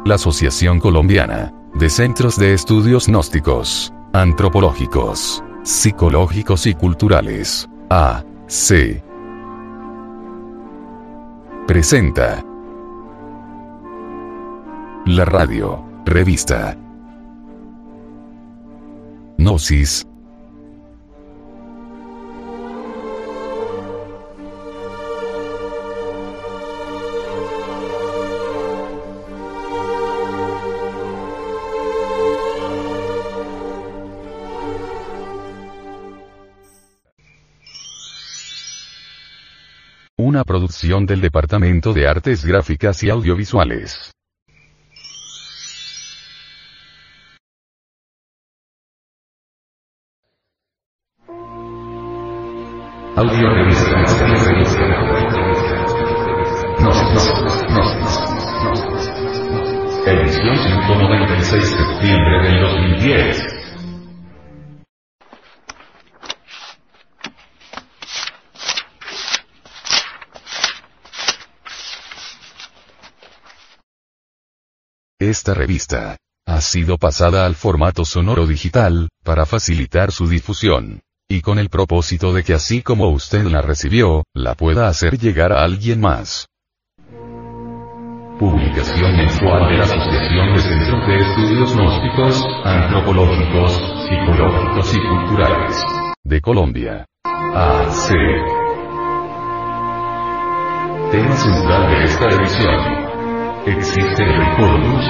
la Asociación Colombiana de Centros de Estudios Gnósticos, Antropológicos, Psicológicos y Culturales, AC, presenta la radio, revista Gnosis. Una producción del Departamento de Artes Gráficas y Audiovisuales. Audio revista. Edición 196 de septiembre del 2010. Esta revista ha sido pasada al formato sonoro digital, para facilitar su difusión, y con el propósito de que así como usted la recibió, la pueda hacer llegar a alguien más. Publicación mensual de la Asociación de Centros de Estudios Gnósticos, Antropológicos, Psicológicos y Culturales, de Colombia. AC. Tema central de esta edición. ¿Existe el Recormus?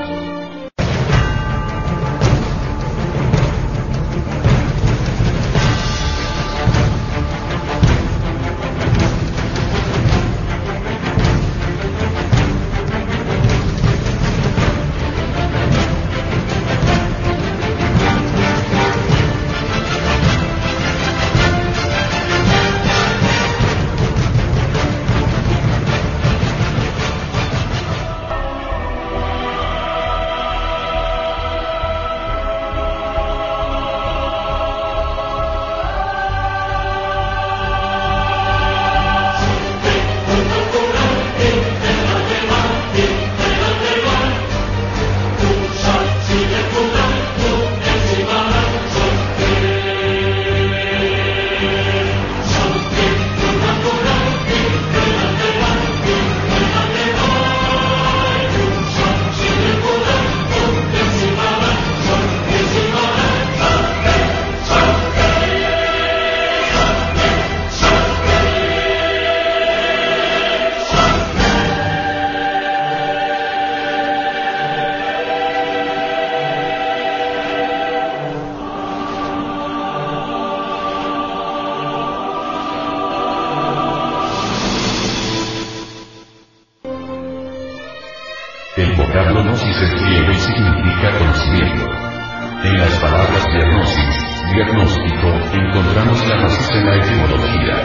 El vocablo gnosis es griego y significa conocimiento. En las palabras diagnosis, diagnóstico, encontramos la gnosis en la etimología.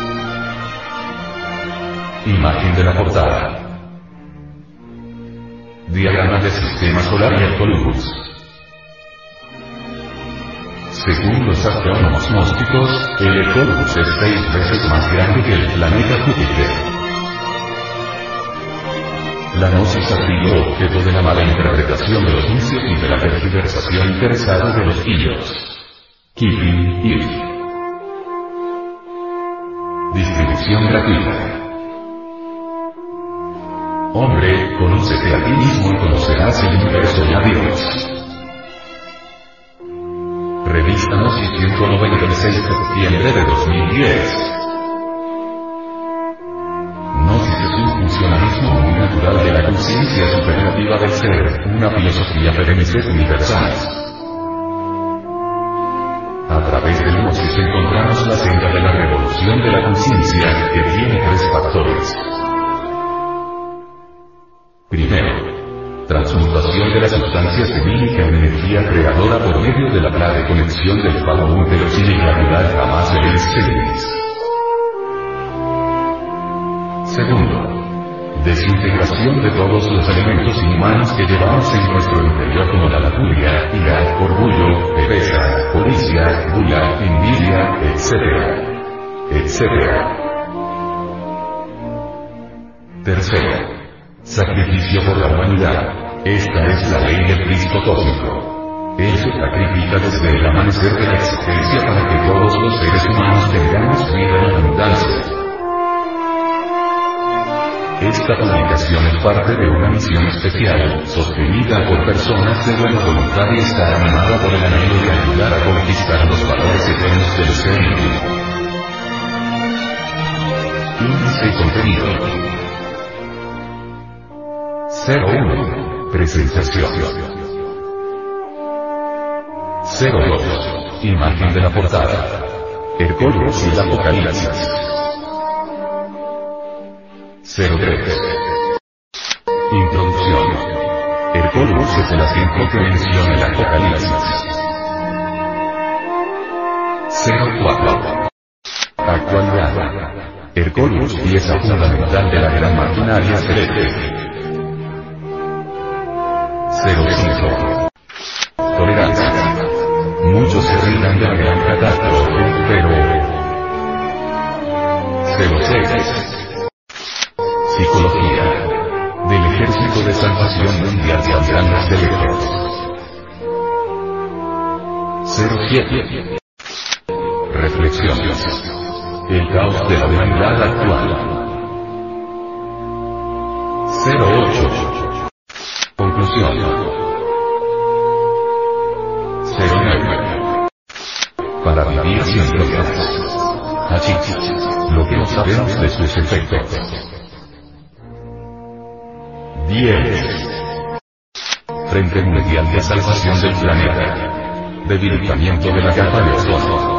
Imagen de la portada. Diagrama del sistema solar y el Columbus. Según los astrónomos gnósticos, el Columbus es 6 veces más grande que el planeta Júpiter. La gnosis ha sido objeto de la mala interpretación de los necios y de la tergiversación interesada de los pillos. Keeping It. Distribución gratuita. Hombre, conócete a ti mismo y conocerás el universo y a Dios. Revista Gnosis 196 de septiembre de 2010. Funcionalismo muy natural de la conciencia superativa del ser, una filosofía perenne universal. A través del Gnosis encontramos la senda de la revolución de la conciencia, que tiene 3 factores. Primero, transmutación de las sustancias semínica en energía creadora por medio de la clave conexión del palo útero sin claridad jamás veréis. Segundo, desintegración de todos los elementos inhumanos que llevamos en nuestro interior como la lujuria, ira, orgullo, pereza, codicia, gula, envidia, etc. Tercero, sacrificio por la humanidad. Esta es la ley del Cristo cósmico. Él se sacrifica desde el amanecer de la existencia para que todos los seres humanos tengamos vida en abundancia. Esta publicación es parte de una misión especial, sostenida por personas de buena voluntad y está animada por el anhelo de ayudar a conquistar los valores eternos del ser humano. Índice y contenido. 01. Presentación. 02. Imagen de la portada. Hercólogos y el Apocalipsis. 03. Introducción. Hercólogos es el asiento que menciona el Apocalipsis. 04. Actualidad. Hercólogos, pieza fundamental de la gran maquinaria celeste. 05. Tolerancia. Muchos se rían de la gran catástrofe, pero... 06. Psicología. Del Ejército de Salvación Mundial saldrán los selectos. 07. Reflexiones. El caos de la humanidad actual. 08. Conclusión. 09. Para vivir siempre más. Así, lo que no sabemos de sus efectos. 10. Frente Mundial de Salvación del Planeta. Debilitamiento de la capa de ozono.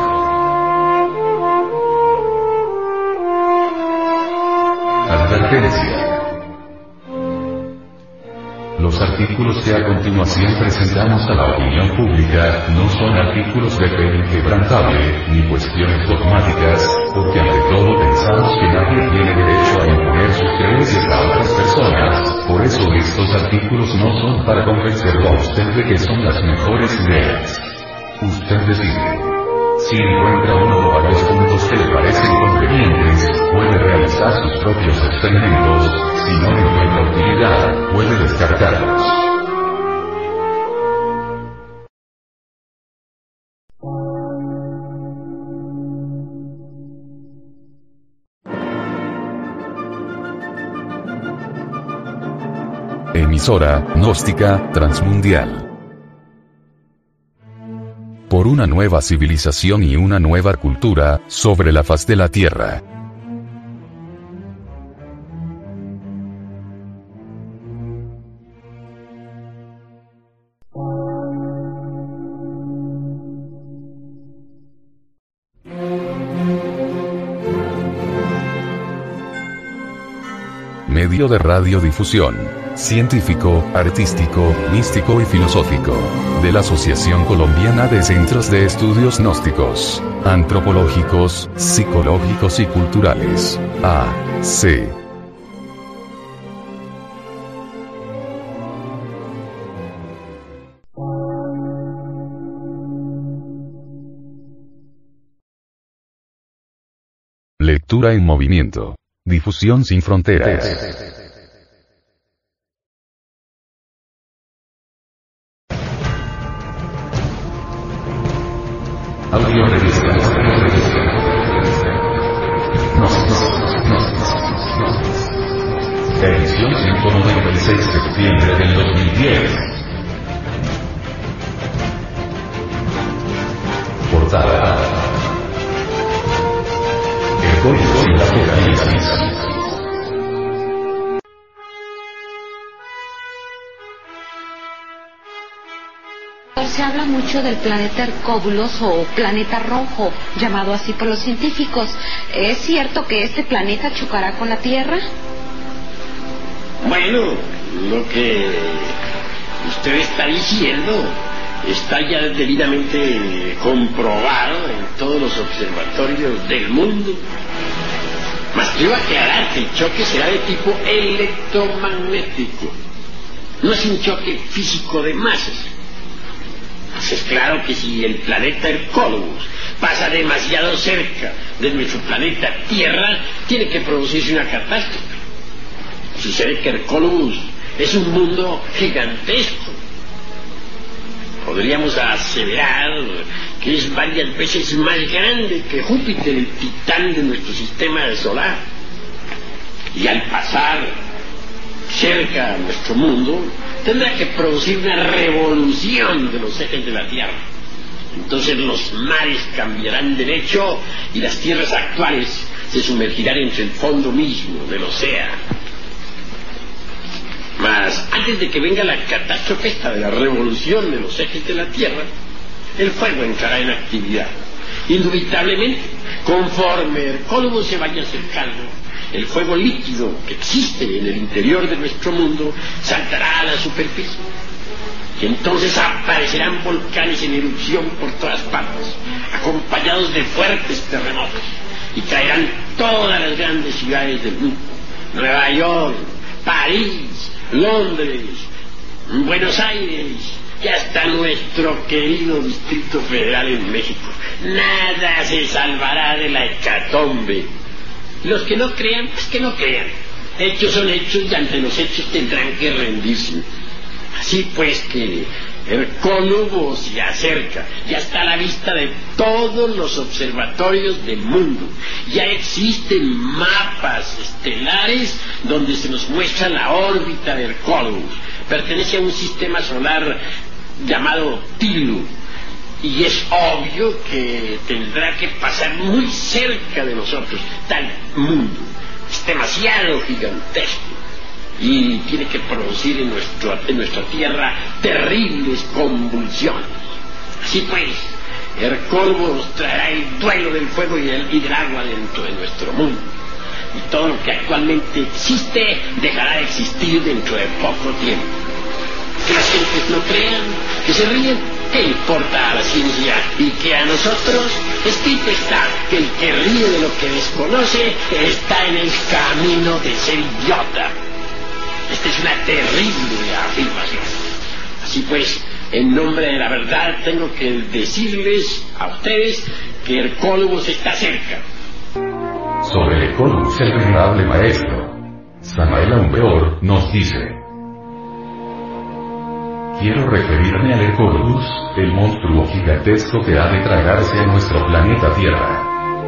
Advertencia. Los artículos que a continuación presentamos a la opinión pública no son artículos de fe inquebrantable, ni cuestiones dogmáticas, porque ante todo pensamos que nadie tiene derecho a imponer sus creencias a otras personas, por eso estos artículos no son para convencerlo a usted de que son las mejores ideas. Usted decide. Si encuentra uno o varios puntos que le parecen convenientes, puede realizar sus propios experimentos, si no encuentra utilidad, puede descartarlos. Emisora gnóstica transmundial. Por una nueva civilización y una nueva cultura, sobre la faz de la Tierra. Medio de radiodifusión, científico, artístico, místico y filosófico, de la Asociación Colombiana de Centros de Estudios Gnósticos, Antropológicos, Psicológicos y Culturales, AC. Lectura en movimiento. Difusión sin fronteras. Audio revista. Edición 196 de septiembre del 2010. Portada. El código y la Apocalipsis. Se habla mucho del planeta Hercóbulos o planeta rojo, llamado así por los científicos. ¿Es cierto que este planeta chocará con la Tierra? Bueno, lo que usted está diciendo está ya debidamente comprobado en todos los observatorios del mundo. Mas quiero aclarar que el choque será de tipo electromagnético. No es un choque físico de masas. Es claro que si el planeta Hercólogos pasa demasiado cerca de nuestro planeta Tierra, tiene que producirse una catástrofe. Sucede que Hercólogos Es un mundo gigantesco. Podríamos aseverar que es varias veces más grande que Júpiter, el titán de nuestro sistema solar. Y al pasar cerca a nuestro mundo, tendrá que producir una revolución de los ejes de la Tierra. Entonces los mares cambiarán de lecho y las tierras actuales se sumergirán entre el fondo mismo del océano. Mas antes de que venga la catástrofe esta de la revolución de los ejes de la Tierra, el fuego entrará en actividad. Indubitablemente, conforme Hercólogo se vaya acercando, el fuego líquido que existe en el interior de nuestro mundo saltará a la superficie. Y entonces aparecerán volcanes en erupción por todas partes, acompañados de fuertes terremotos, y caerán todas las grandes ciudades del mundo: Nueva York, París, Londres, Buenos Aires y hasta nuestro querido Distrito Federal en México. Nada se salvará de la hecatombe. Los que no crean, pues que no crean. Hechos son hechos y ante los hechos tendrán que rendirse. Así pues que Hercólogo se acerca, ya está a la vista de todos los observatorios del mundo. Ya existen mapas estelares donde se nos muestra la órbita de Hercólogo. Pertenece a un sistema solar llamado Tilo, y es obvio que tendrá que pasar muy cerca de nosotros. Tal mundo es demasiado gigantesco y tiene que producir en nuestra Tierra terribles convulsiones. Así pues, Hercólogo nos traerá el duelo del fuego y del agua dentro de nuestro mundo. Y todo lo que actualmente existe dejará de existir dentro de poco tiempo. Que las gentes no crean, que se ríen, ¿qué importa a la ciencia? Y que a nosotros, escrito está que el que ríe de lo que desconoce está en el camino de ser idiota. Esta es una terrible afirmación. Así pues, en nombre de la verdad tengo que decirles a ustedes que Hercólogo está cerca. Sobre Hercólogo, el venerable maestro Samael Aumbeor nos dice: quiero referirme al Hercólogo, el monstruo gigantesco que ha de tragarse a nuestro planeta Tierra.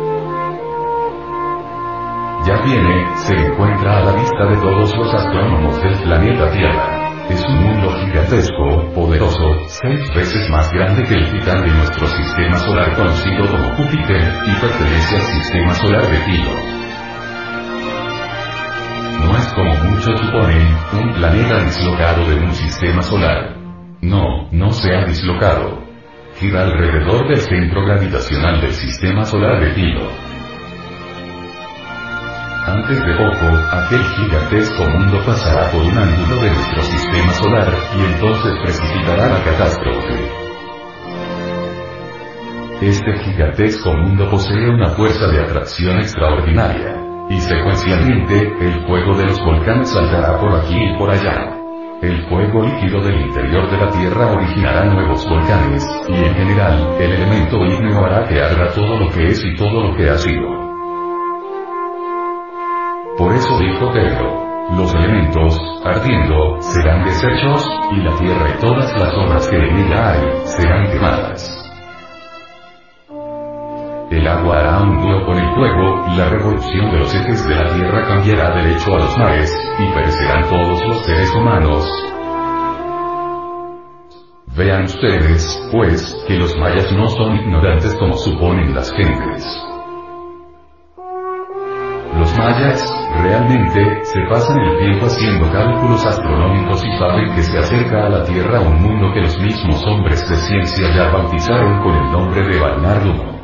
Ya viene, se encuentra a la vista de todos los astrónomos del planeta Tierra. Es un mundo gigantesco, poderoso, 6 veces más grande que el titán de nuestro sistema solar conocido como Júpiter, y pertenece al sistema solar de Tilo. No es como muchos suponen, un planeta dislocado de un sistema solar. No, no se ha dislocado. Gira alrededor del centro gravitacional del sistema solar de Tilo. Antes de poco, aquel gigantesco mundo pasará por un ángulo de nuestro sistema solar, y entonces precipitará la catástrofe. Este gigantesco mundo posee una fuerza de atracción extraordinaria, y secuencialmente, el fuego de los volcanes saltará por aquí y por allá. El fuego líquido del interior de la Tierra originará nuevos volcanes, y en general, el elemento ígneo hará que arda todo lo que es y todo lo que ha sido. Por eso dijo Pedro: los elementos, ardiendo, serán deshechos, y la tierra y todas las obras que en ella hay, serán quemadas. El agua hará un dúo con el fuego, y la revolución de los ejes de la tierra cambiará del lecho a los mares, y perecerán todos los seres humanos. Vean ustedes, pues, que los mayas no son ignorantes como suponen las gentes. Los mayas, realmente, se pasan el tiempo haciendo cálculos astronómicos y saben que se acerca a la Tierra un mundo que los mismos hombres de ciencia ya bautizaron con el nombre de Barnardo.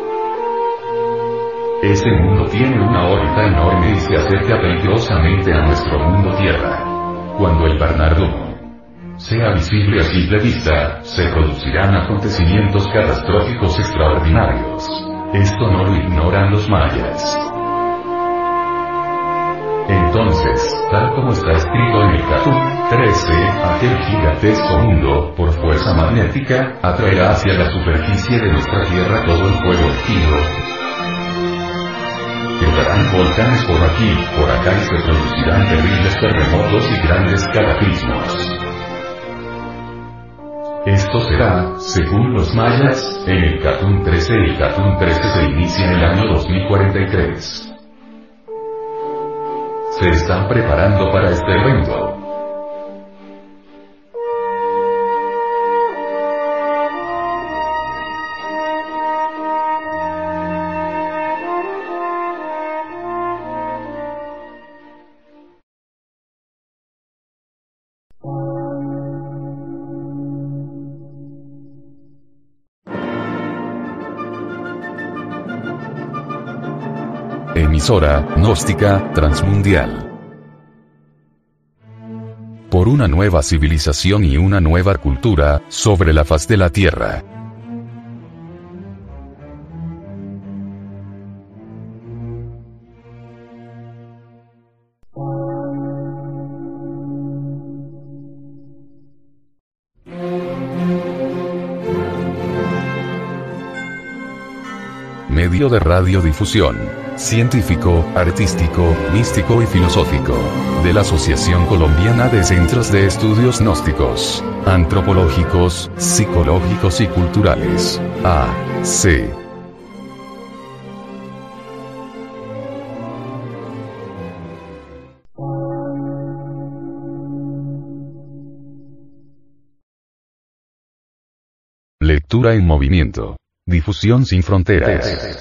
Este mundo tiene una órbita enorme y se acerca peligrosamente a nuestro mundo Tierra. Cuando el Barnardo sea visible a simple vista, se producirán acontecimientos catastróficos extraordinarios. Esto no lo ignoran los mayas. Entonces, tal como está escrito en el Catú 13, aquel gigantesco mundo, por fuerza magnética, atraerá hacia la superficie de nuestra Tierra todo el fuego líquido. Quedarán volcanes por aquí, por acá y se producirán terribles terremotos y grandes cataclismos. Esto será, según los mayas, en el Catún 13. El Catún 13 se inicia en el año 2043. Se están preparando para este evento. Emisora gnóstica transmundial. Por una nueva civilización y una nueva cultura sobre la faz de la Tierra. Medio de radiodifusión, científico, artístico, místico y filosófico, de la Asociación Colombiana de Centros de Estudios Gnósticos, Antropológicos, Psicológicos y Culturales, AC. Lectura en movimiento. Difusión sin fronteras.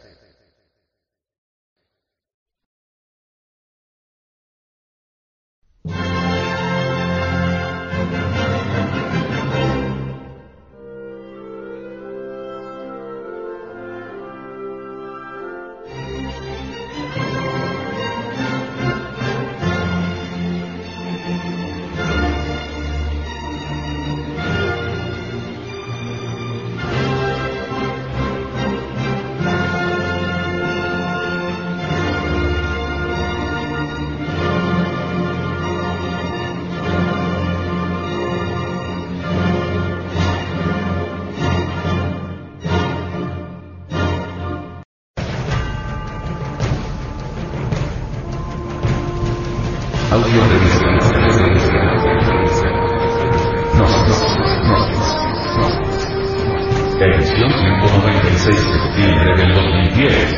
Edición 196 de septiembre del 2010.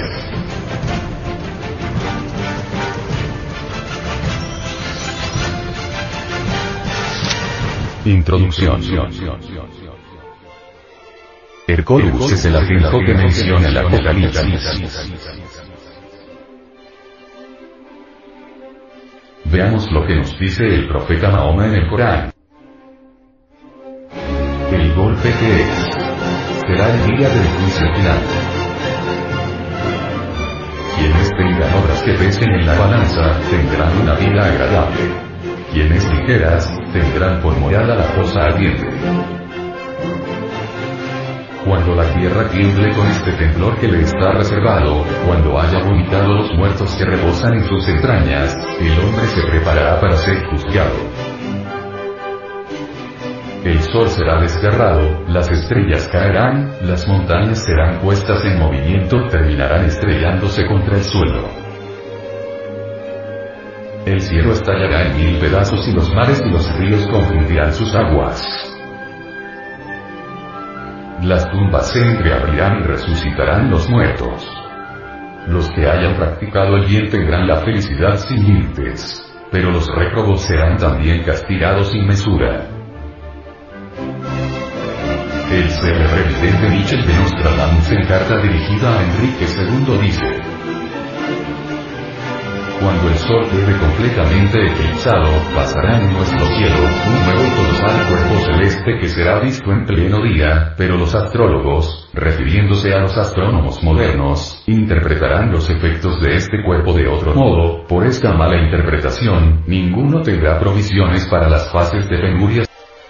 Introducción. Hercólogos es el ajenjo que menciona el Apocalipsis. Veamos lo que nos dice el profeta Mahoma en el Corán. El golpe que es, será el día del juicio final. Quienes tengan obras que pesen en la balanza, tendrán una vida agradable. Quienes ligeras, tendrán por morada la fosa ardiente. Cuando la tierra tiemble con este temblor que le está reservado, cuando haya vomitado los muertos que rebosan en sus entrañas, el hombre se preparará para ser juzgado. El sol será desgarrado, las estrellas caerán, las montañas serán puestas en movimiento, terminarán estrellándose contra el suelo. El cielo estallará en 1000 pedazos y los mares y los ríos confundirán sus aguas. Las tumbas se entreabrirán y resucitarán los muertos. Los que hayan practicado el bien tendrán la felicidad sin límites, pero los réprobos serán también castigados sin mesura. El célebre vidente Michel de Nostradamus en carta dirigida a Enrique II dice: cuando el sol quede completamente eclipsado, pasará en nuestro cielo un nuevo y colosal cuerpo celeste que será visto en pleno día, pero los astrólogos, refiriéndose a los astrónomos modernos, interpretarán los efectos de este cuerpo de otro modo. Por esta mala interpretación, ninguno tendrá provisiones para las fases de penurias.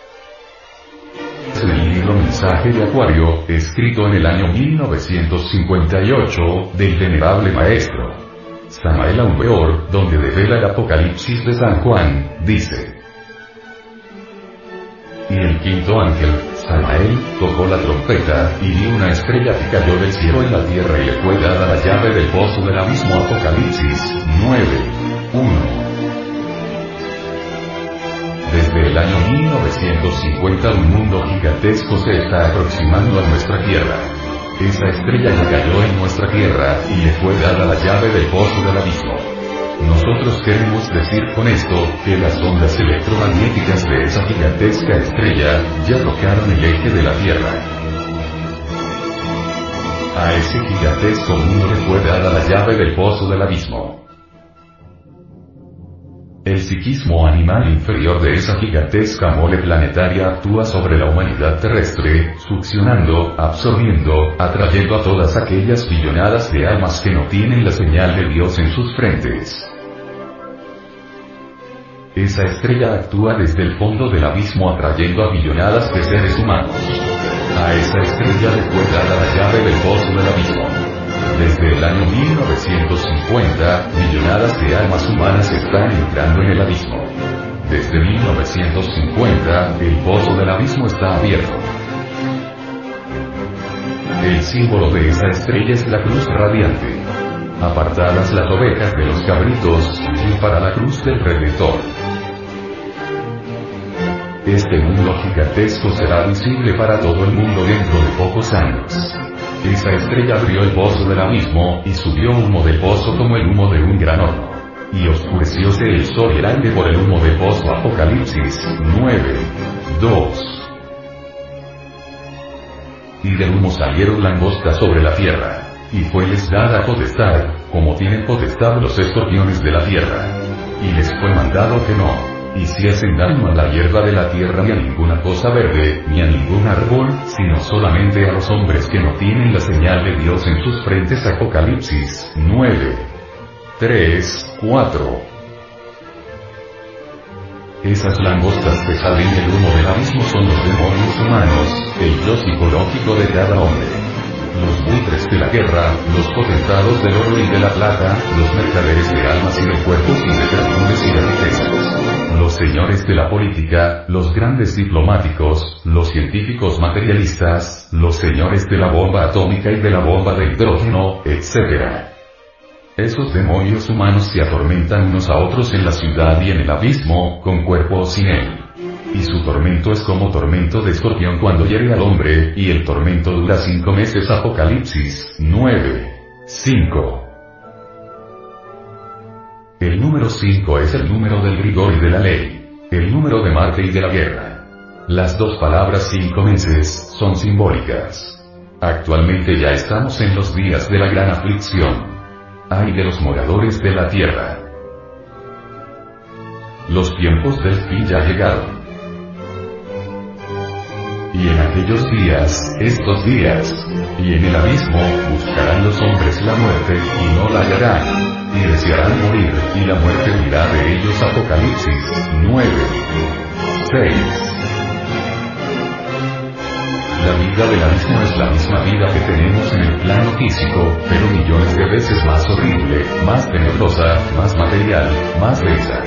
En el libro Mensaje de Acuario, escrito en el año 1958, del venerable maestro Samael Aun Weor, donde devela el Apocalipsis de San Juan, dice: Y el quinto ángel, Samael, tocó la trompeta, y dio una estrella que cayó del cielo en la tierra y le fue dada la llave del pozo del abismo. Apocalipsis 9:1. Desde el año 1950 un mundo gigantesco se está aproximando a nuestra tierra. Esa estrella ya cayó en nuestra tierra, y le fue dada la llave del pozo del abismo. Nosotros queremos decir con esto, que las ondas electromagnéticas de esa gigantesca estrella, ya tocaron el eje de la Tierra. A ese gigantesco mundo le fue dada la llave del pozo del abismo. El psiquismo animal inferior de esa gigantesca mole planetaria actúa sobre la humanidad terrestre, succionando, absorbiendo, atrayendo a todas aquellas billonadas de almas que no tienen la señal de Dios en sus frentes. Esa estrella actúa desde el fondo del abismo atrayendo a billonadas de seres humanos. A esa estrella le fue dada la llave del pozo del abismo. Desde el año 1950, millonadas de almas humanas están entrando en el abismo. Desde 1950, el pozo del abismo está abierto. El símbolo de esa estrella es la cruz radiante. Apartadas las ovejas de los cabritos, y para la cruz del Redentor. Este mundo gigantesco será visible para todo el mundo dentro de pocos años. Esa estrella abrió el pozo del abismo, y subió humo del pozo como el humo de un gran horno. Y oscurecióse el sol y el aire por el humo del pozo. Apocalipsis 9:2. Y del humo salieron langostas sobre la tierra. Y fueles dada potestad, como tienen potestad los escorpiones de la tierra. Y les fue mandado que no hiciesen daño a la hierba de la tierra ni a ninguna cosa verde, ni a ningún árbol, sino solamente a los hombres que no tienen la señal de Dios en sus frentes. Apocalipsis 9:3-4. Esas langostas que salen del humo del abismo son los demonios humanos, el yo psicológico de cada hombre. Los buitres de la guerra, los potentados del oro y de la plata, los mercaderes de almas y de cuerpos y de perfumes y de riquezas. Los señores de la política, los grandes diplomáticos, los científicos materialistas, los señores de la bomba atómica y de la bomba de hidrógeno, etc. Esos demonios humanos se atormentan unos a otros en la ciudad y en el abismo, con cuerpo o sin él. Y su tormento es como tormento de escorpión cuando hiere al hombre, y el tormento dura 5 meses. Apocalipsis 9:5. El número 5 es el número del rigor y de la ley. El número de Marte y de la guerra. Las dos palabras 5 meses, son simbólicas. Actualmente ya estamos en los días de la gran aflicción. Ay de los moradores de la tierra. Los tiempos del fin ya llegaron. Y en aquellos días, estos días, y en el abismo, buscarán los hombres la muerte, y no la hallarán, y desearán morir, y la muerte huirá de ellos. Apocalipsis 9:6. La vida del abismo es la misma vida que tenemos en el plano físico, pero millones de veces más horrible, más tenebrosa, más material, más densa.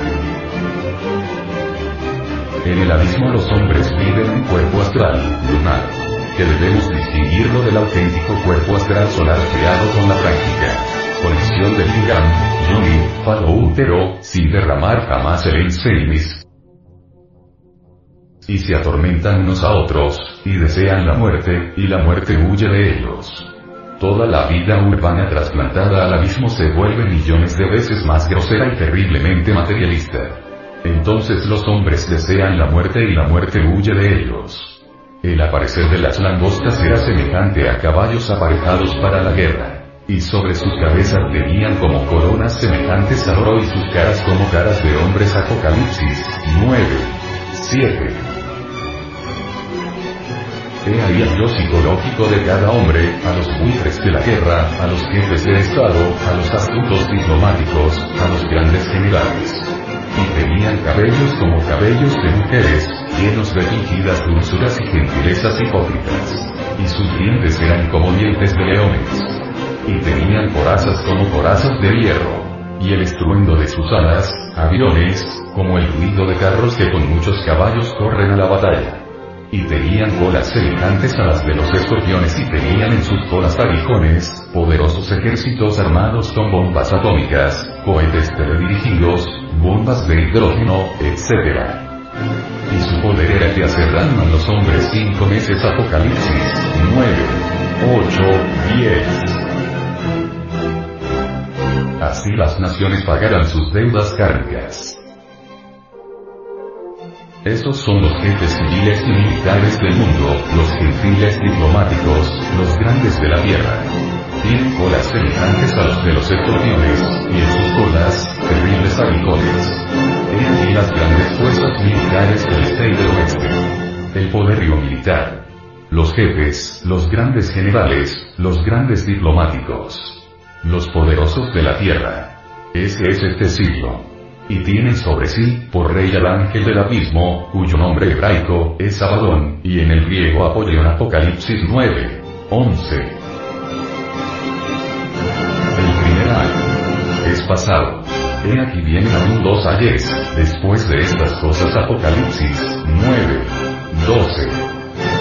En el abismo los hombres viven un cuerpo astral, lunar, que debemos distinguirlo del auténtico cuerpo astral solar creado con la práctica. Conexión de lingam, yoni, falo útero, sin derramar jamás el ensemis. Y se atormentan unos a otros, y desean la muerte, y la muerte huye de ellos. Toda la vida urbana trasplantada al abismo se vuelve millones de veces más grosera y terriblemente materialista. Entonces los hombres desean la muerte y la muerte huye de ellos. El aparecer de las langostas era semejante a caballos aparejados para la guerra. Y sobre sus cabezas tenían como coronas semejantes a oro y sus caras como caras de hombres. Apocalipsis 9:7. He ahí al yo psicológico de cada hombre, a los buitres de la guerra, a los jefes de estado, a los astutos diplomáticos, a los grandes generales. Y tenían cabellos como cabellos de mujeres, llenos de fingidas dulzuras y gentilezas hipócritas. Y sus dientes eran como dientes de leones. Y tenían corazas como corazas de hierro. Y el estruendo de sus alas, aviones, como el ruido de carros que con muchos caballos corren a la batalla. y tenían colas semejantes a las de los escorpiones y tenían en sus colas aguijones, poderosos ejércitos armados con bombas atómicas, cohetes teledirigidos, bombas de hidrógeno, etc. Y su poder era el que hacer daño a los hombres 5 meses. Apocalipsis 9, 8, 10. Así las naciones pagarán sus deudas kármicas. Estos son los jefes civiles y militares del mundo, los gentiles diplomáticos, los grandes de la tierra. Tienen colas semejantes a los de los escorpiones, y en sus colas, terribles aguijones. He aquí las grandes fuerzas militares del este y del oeste. El poderío militar. Los jefes, los grandes generales, los grandes diplomáticos. Los poderosos de la tierra. Ese es este siglo. Y tienen sobre sí, por rey al ángel del abismo, cuyo nombre hebraico es Abadón, y en el griego Apollón. Apocalipsis 9, 11. El primer año es pasado. He aquí vienen aún 2 ayes, después de estas cosas. Apocalipsis 9, 12.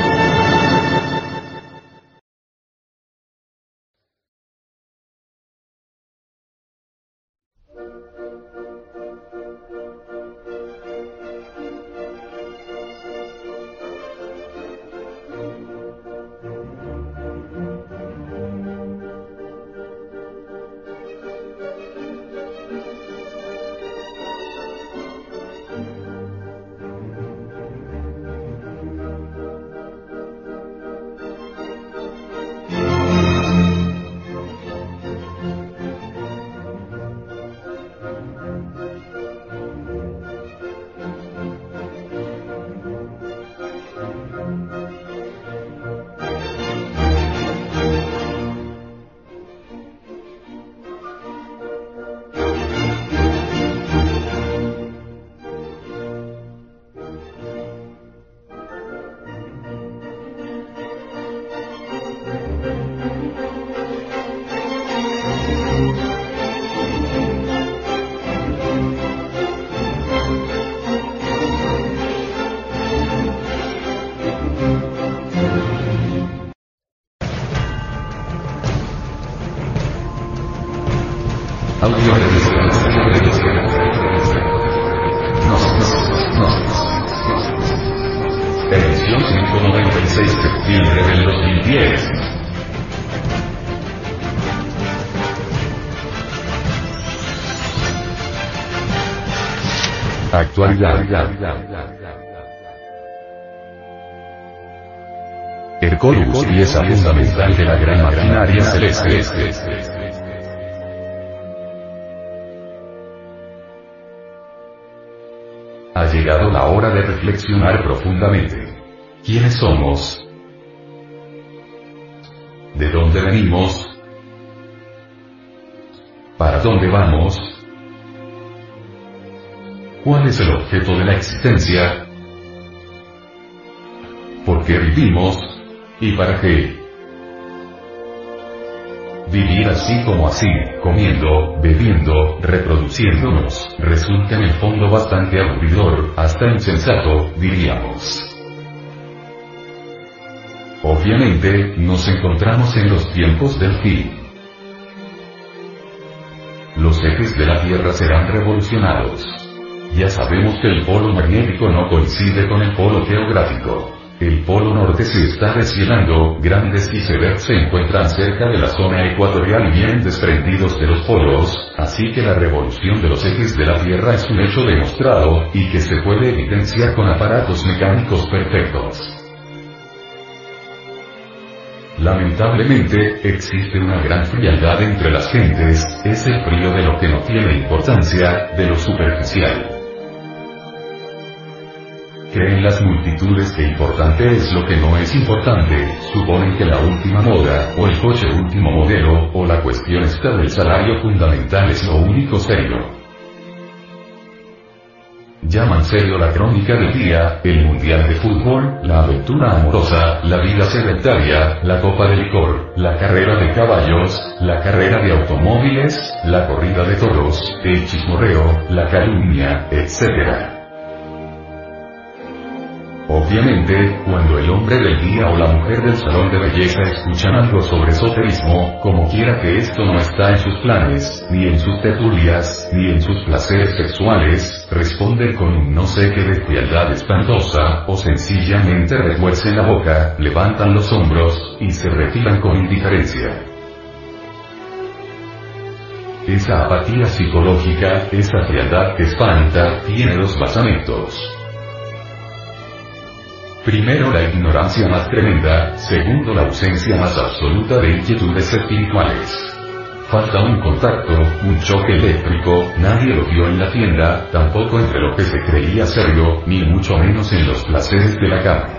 Edición 196, septiembre del 2010. Actualidad. Hercólogos, pieza fundamental de la gran maquinaria celeste. Ha llegado la hora de reflexionar profundamente. ¿Quiénes somos? ¿De dónde venimos? ¿Para dónde vamos? ¿Cuál es el objeto de la existencia? ¿Por qué vivimos? ¿Y para qué? Vivir así como así, comiendo, bebiendo, reproduciéndonos, resulta en el fondo bastante aburridor, hasta insensato, diríamos. Obviamente, nos encontramos en los tiempos del fin. Los ejes de la Tierra serán revolucionados. Ya sabemos que el polo magnético no coincide con el polo geográfico. El polo norte se está deshielando, grandes icebergs se encuentran cerca de la zona ecuatorial y bien desprendidos de los polos, así que la revolución de los ejes de la Tierra es un hecho demostrado, y que se puede evidenciar con aparatos mecánicos perfectos. Lamentablemente, existe una gran frialdad entre las gentes, es el frío de lo que no tiene importancia, de lo superficial. Creen las multitudes que importante es lo que no es importante, suponen que la última moda, o el coche último modelo, o la cuestión esta del salario fundamental es lo único serio. Llaman serio la crónica del día, el mundial de fútbol, la aventura amorosa, la vida sedentaria, la copa de licor, la carrera de caballos, la carrera de automóviles, la corrida de toros, el chismorreo, la calumnia, etc. Obviamente, cuando el hombre del día o la mujer del salón de belleza escuchan algo sobre esoterismo, como quiera que esto no está en sus planes, ni en sus tertulias, ni en sus placeres sexuales, responden con un no sé qué de frialdad espantosa, o sencillamente retuercen la boca, levantan los hombros, y se retiran con indiferencia. Esa apatía psicológica, esa frialdad que espanta, tiene dos basamentos. Primero, la ignorancia más tremenda, segundo, la ausencia más absoluta de inquietudes espirituales. Falta un contacto, un choque eléctrico, nadie lo vio en la tienda, tampoco entre lo que se creía serio, ni mucho menos en los placeres de la cama.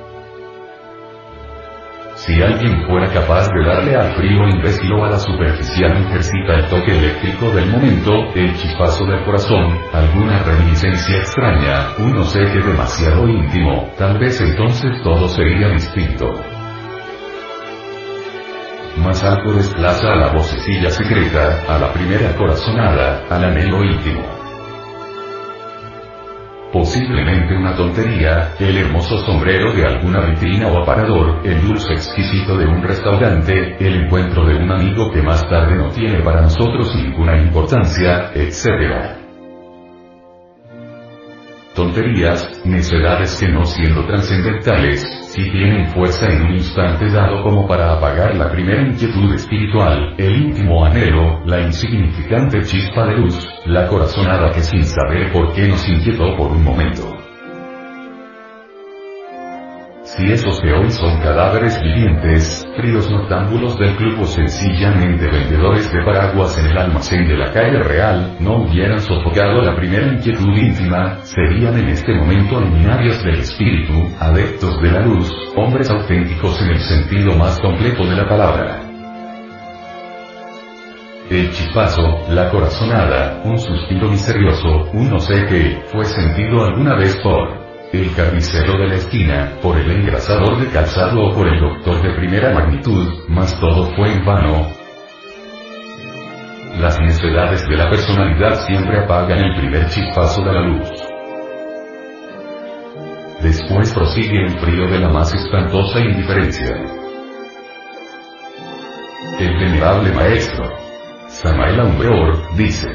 Si alguien fuera capaz de darle al frío imbécil o a la superficial ejercita el toque eléctrico del momento, el chispazo del corazón, alguna reminiscencia extraña, un no sé qué demasiado íntimo, tal vez entonces todo sería distinto. Más algo desplaza a la vocecilla secreta, a la primera corazonada, al anhelo íntimo. Posiblemente una tontería, el hermoso sombrero de alguna vitrina o aparador, el dulce exquisito de un restaurante, el encuentro de un amigo que más tarde no tiene para nosotros ninguna importancia, etc. Tonterías, necedades que no siendo trascendentales, sí tienen fuerza en un instante dado como para apagar la primera inquietud espiritual, el íntimo anhelo, la insignificante chispa de luz, la corazonada que sin saber por qué nos inquietó por un momento. Si esos que hoy son cadáveres vivientes, fríos noctámbulos del club o sencillamente vendedores de paraguas en el almacén de la calle real, no hubieran sofocado la primera inquietud íntima, serían en este momento luminarios del espíritu, adeptos de la luz, hombres auténticos en el sentido más completo de la palabra. El chispazo, la corazonada, un suspiro misterioso, un no sé qué, fue sentido alguna vez por el carnicero de la esquina, por el engrasador de calzado o por el doctor de primera magnitud, mas todo fue en vano. Las necedades de la personalidad siempre apagan el primer chispazo de la luz. Después prosigue el frío de la más espantosa indiferencia. El venerable maestro Samael Aun Weor dice: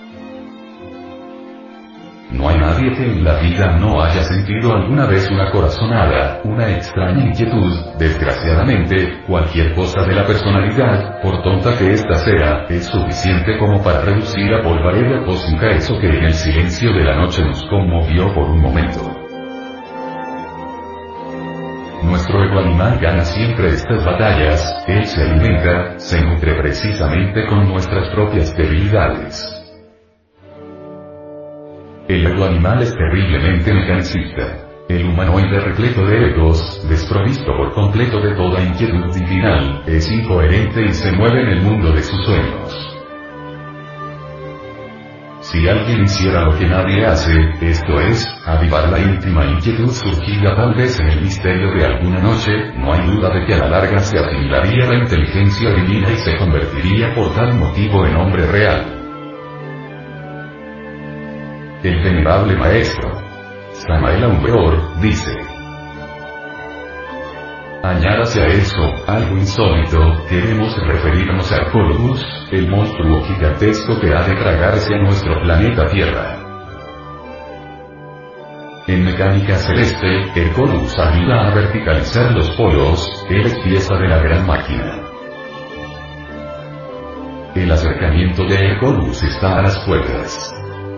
no hay nadie que en la vida no haya sentido alguna vez una corazonada, una extraña inquietud. Desgraciadamente, cualquier cosa de la personalidad, por tonta que ésta sea, es suficiente como para reducir a polvareda cósmica eso que en el silencio de la noche nos conmovió por un momento. Nuestro ego animal gana siempre estas batallas, él se alimenta, se nutre precisamente con nuestras propias debilidades. El ego animal es terriblemente mecanicista. El humanoide repleto de egos, desprovisto por completo de toda inquietud divinal, es incoherente y se mueve en el mundo de sus sueños. Si alguien hiciera lo que nadie hace, esto es, avivar la íntima inquietud surgida tal vez en el misterio de alguna noche, no hay duda de que a la larga se asimilaría la inteligencia divina y se convertiría por tal motivo en hombre real. El venerable maestro Samael Aun Weor dice: añádase a eso, algo insólito, queremos referirnos a Hercólogos, el monstruo gigantesco que ha de tragarse a nuestro planeta Tierra. En mecánica celeste, Hercólogos ayuda a verticalizar los polos, él es pieza de la gran máquina. El acercamiento de Hercólogos está a las puertas.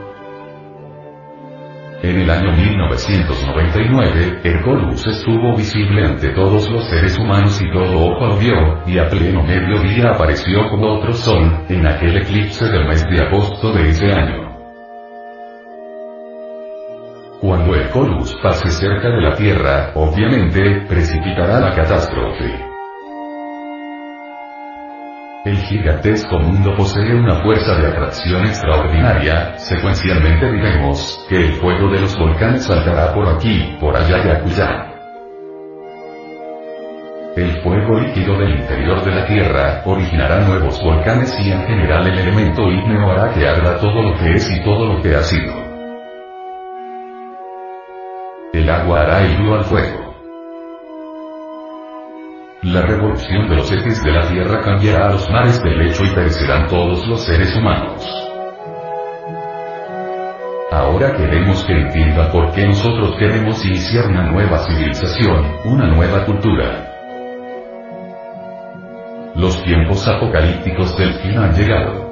En el año 1999, Hercólogos estuvo visible ante todos los seres humanos y todo ojo lo vio, y a pleno mediodía apareció como otro sol, en aquel eclipse del mes de agosto de ese año. Cuando Hercólogos pase cerca de la Tierra, obviamente, precipitará la catástrofe. El gigantesco mundo posee una fuerza de atracción extraordinaria, secuencialmente diremos, que el fuego de los volcanes saltará por aquí, por allá y acullá. El fuego líquido del interior de la Tierra, originará nuevos volcanes y en general el elemento ígneo hará que arda todo lo que es y todo lo que ha sido. El agua hará el duro al fuego. La revolución de los ejes de la Tierra cambiará a los mares del lecho y perecerán todos los seres humanos. Ahora queremos que entienda por qué nosotros queremos iniciar una nueva civilización, una nueva cultura. Los tiempos apocalípticos del fin han llegado.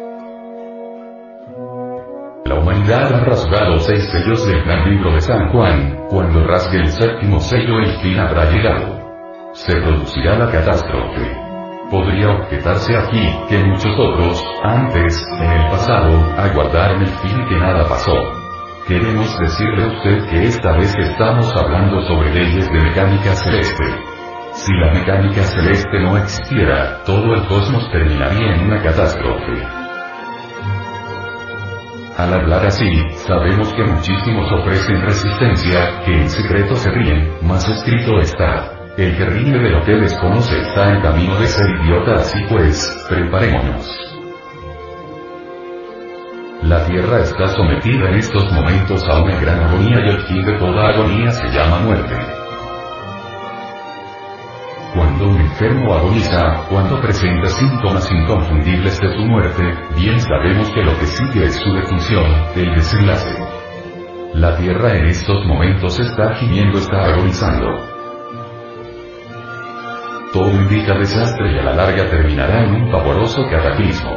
La humanidad ha rasgado 6 sellos del gran libro de San Juan. Cuando rasgue el 7º sello el fin habrá llegado. Se producirá la catástrofe. Podría objetarse aquí, que muchos otros, antes, en el pasado, aguardaron el fin y que nada pasó. Queremos decirle a usted que esta vez estamos hablando sobre leyes de mecánica celeste. Si la mecánica celeste no existiera, todo el cosmos terminaría en una catástrofe. Al hablar así, sabemos que muchísimos ofrecen resistencia, que en secreto se ríen, mas escrito está. El que ríe de lo que desconoce está en camino de ser idiota, así pues, preparémonos. La Tierra está sometida en estos momentos a una gran agonía y el fin de toda agonía se llama muerte. Cuando un enfermo agoniza, cuando presenta síntomas inconfundibles de su muerte, bien sabemos que lo que sigue es su defunción, el desenlace. La Tierra en estos momentos está gimiendo, está agonizando. Todo indica desastre y a la larga terminará en un pavoroso cataclismo.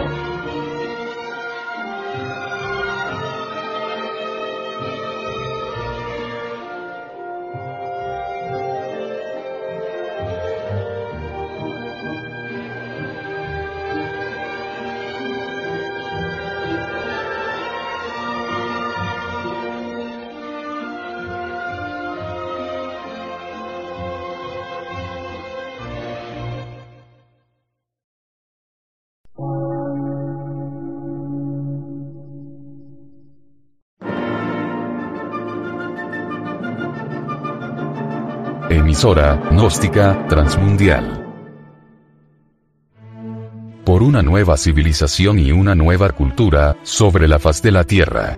Emisora gnóstica transmundial. Por una nueva civilización y una nueva cultura sobre la faz de la Tierra.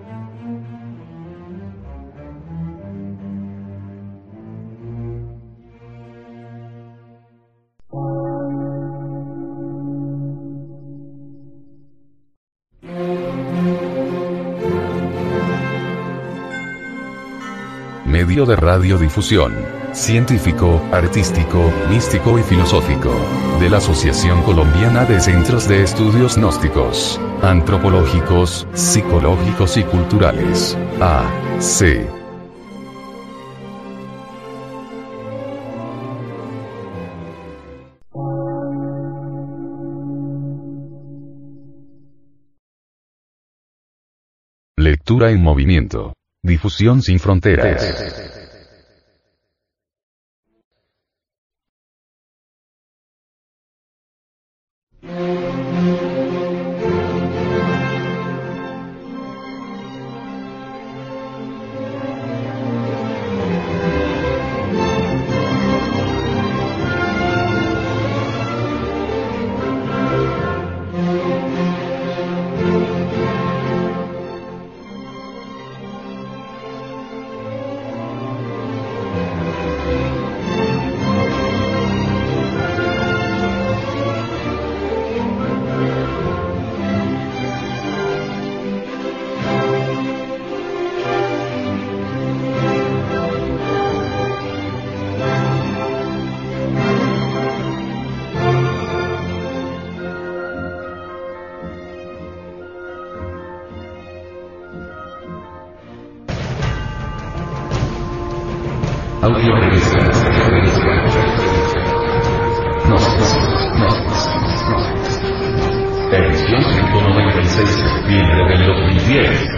Medio de radiodifusión, científico, artístico, místico y filosófico, de la Asociación Colombiana de Centros de Estudios Gnósticos, Antropológicos, Psicológicos y Culturales, AC. Lectura en movimiento. Difusión sin fronteras. Edición 196 de septiembre del 2010.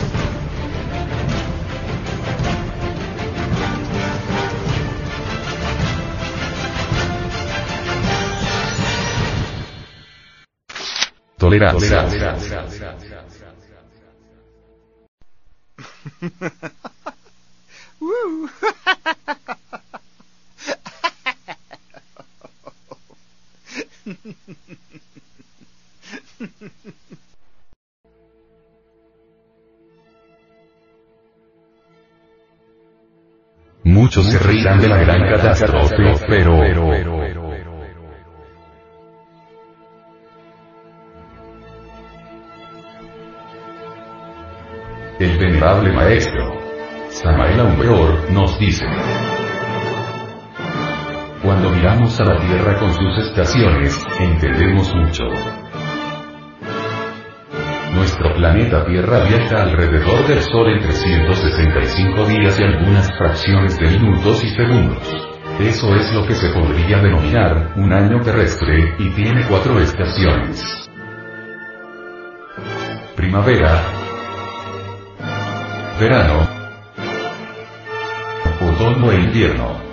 Tolerancia. Muchos se reirán de la gran catástrofe, pero... El venerable maestro Samael Aun Weor nos dice: cuando miramos a la Tierra con sus estaciones, entendemos mucho. Nuestro planeta Tierra viaja alrededor del Sol en 365 días y algunas fracciones de minutos y segundos. Eso es lo que se podría denominar un año terrestre, y tiene 4 estaciones: primavera, verano, otoño e invierno.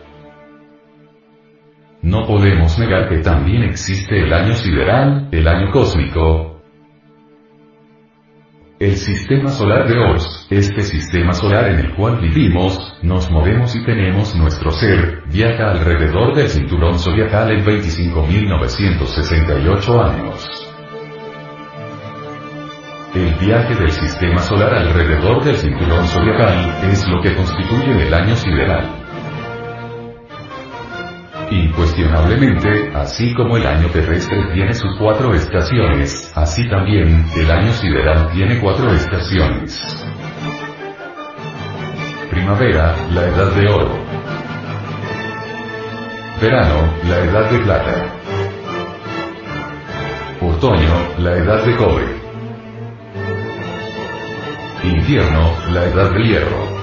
No podemos negar que también existe el año sideral, el año cósmico. El sistema solar de Ors, este sistema solar en el cual vivimos, nos movemos y tenemos nuestro ser, viaja alrededor del cinturón zodiacal en 25.968 años. El viaje del sistema solar alrededor del cinturón zodiacal es lo que constituye el año sideral. Incuestionablemente, así como el año terrestre tiene sus 4 estaciones, así también, el año sideral tiene 4 estaciones. Primavera, la edad de oro. Verano, la edad de plata. Otoño, la edad de cobre. Invierno, la edad de hierro.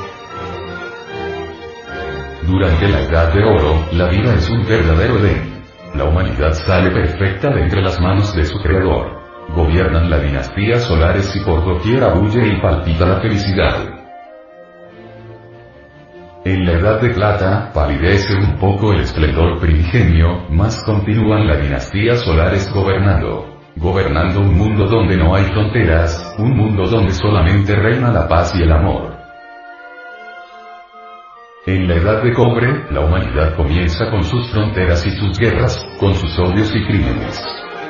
Durante la Edad de Oro, la vida es un verdadero Edén. La humanidad sale perfecta de entre las manos de su creador. Gobiernan las dinastías solares y por doquier abulle y palpita la felicidad. En la Edad de Plata, palidece un poco el esplendor primigenio, mas continúan las dinastías solares gobernando un mundo donde no hay fronteras, un mundo donde solamente reina la paz y el amor. En la Edad de Cobre, la humanidad comienza con sus fronteras y sus guerras, con sus odios y crímenes.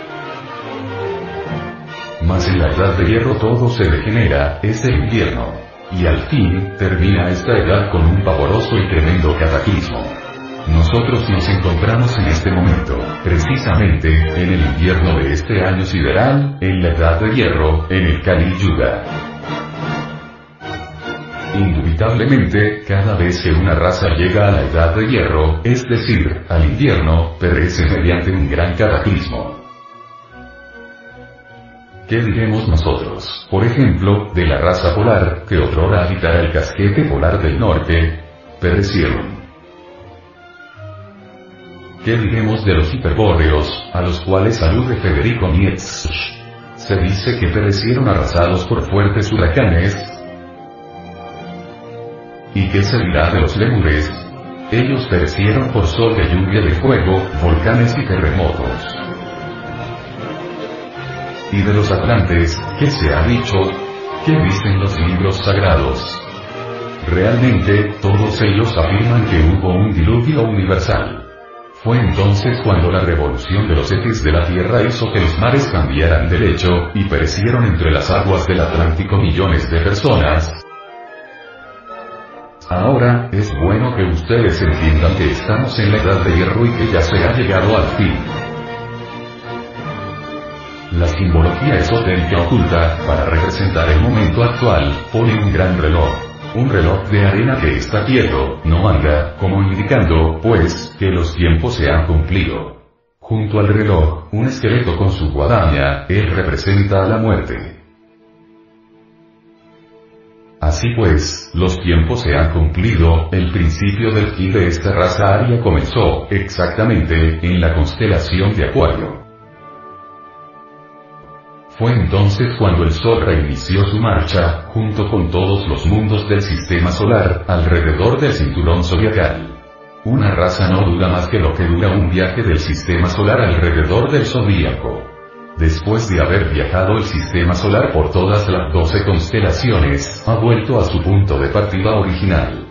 Mas en la Edad de Hierro todo se degenera, es el invierno. Y al fin, termina esta edad con un pavoroso y tremendo cataclismo. Nosotros nos encontramos en este momento, precisamente, en el invierno de este año sideral, en la Edad de Hierro, en el Kali Yuga. Indubitablemente, cada vez que una raza llega a la Edad de Hierro, es decir, al invierno, perece mediante un gran cataclismo. ¿Qué diremos nosotros, por ejemplo, de la raza polar, que otrora habitara el casquete polar del norte? Perecieron. ¿Qué diremos de los hiperbóreos, a los cuales alude Federico Nietzsche? Se dice que perecieron arrasados por fuertes huracanes. ¿Y qué se dirá de los lémures? Ellos perecieron por sol de lluvia de fuego, volcanes y terremotos. ¿Y de los atlantes, qué se ha dicho? ¿Qué dicen los libros sagrados? Realmente, todos ellos afirman que hubo un diluvio universal. Fue entonces cuando la revolución de los ejes de la Tierra hizo que los mares cambiaran de lecho, y perecieron entre las aguas del Atlántico millones de personas. Ahora, es bueno que ustedes entiendan que estamos en la Edad de Hierro y que ya se ha llegado al fin. La simbología esotérica oculta, para representar el momento actual, pone un gran reloj. Un reloj de arena que está quieto, no anda, como indicando, pues, que los tiempos se han cumplido. Junto al reloj, un esqueleto con su guadaña, él representa a la muerte. Así pues, los tiempos se han cumplido, el principio del fin de esta raza aria comenzó, exactamente, en la constelación de Acuario. Fue entonces cuando el Sol reinició su marcha, junto con todos los mundos del sistema solar, alrededor del cinturón zodiacal. Una raza no dura más que lo que dura un viaje del sistema solar alrededor del zodíaco. Después de haber viajado el sistema solar por todas las 12 constelaciones, ha vuelto a su punto de partida original.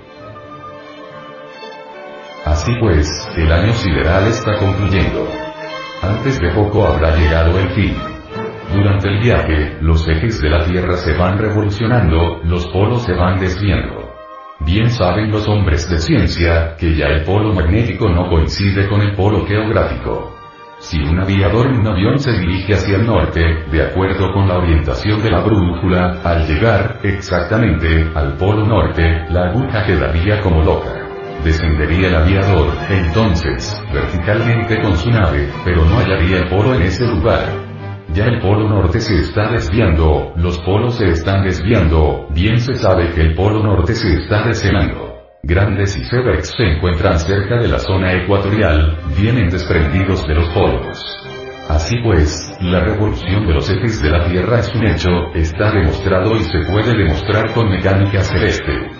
Así pues, el año sideral está concluyendo. Antes de poco habrá llegado el fin. Durante el viaje, los ejes de la Tierra se van revolucionando, los polos se van desviando. Bien saben los hombres de ciencia, que ya el polo magnético no coincide con el polo geográfico. Si un aviador en un avión se dirige hacia el norte, de acuerdo con la orientación de la brújula, al llegar, exactamente, al polo norte, la aguja quedaría como loca. Descendería el aviador, entonces, verticalmente con su nave, pero no hallaría el polo en ese lugar. Ya el polo norte se está desviando, los polos se están desviando, bien se sabe que el polo norte se está decelando. Grandes icebergs se encuentran cerca de la zona ecuatorial, vienen desprendidos de los polos. Así pues, la revolución de los ejes de la Tierra es un hecho, está demostrado y se puede demostrar con mecánica celeste.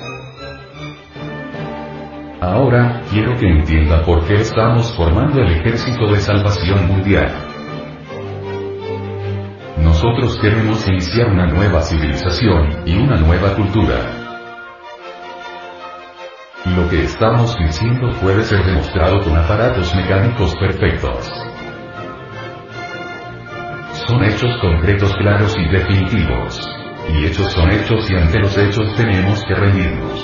Ahora, quiero que entiendan por qué estamos formando el Ejército de Salvación Mundial. Nosotros queremos iniciar una nueva civilización, y una nueva cultura. Lo que estamos diciendo puede ser demostrado con aparatos mecánicos perfectos. Son hechos concretos, claros y definitivos. Y hechos son hechos y ante los hechos tenemos que rendirnos.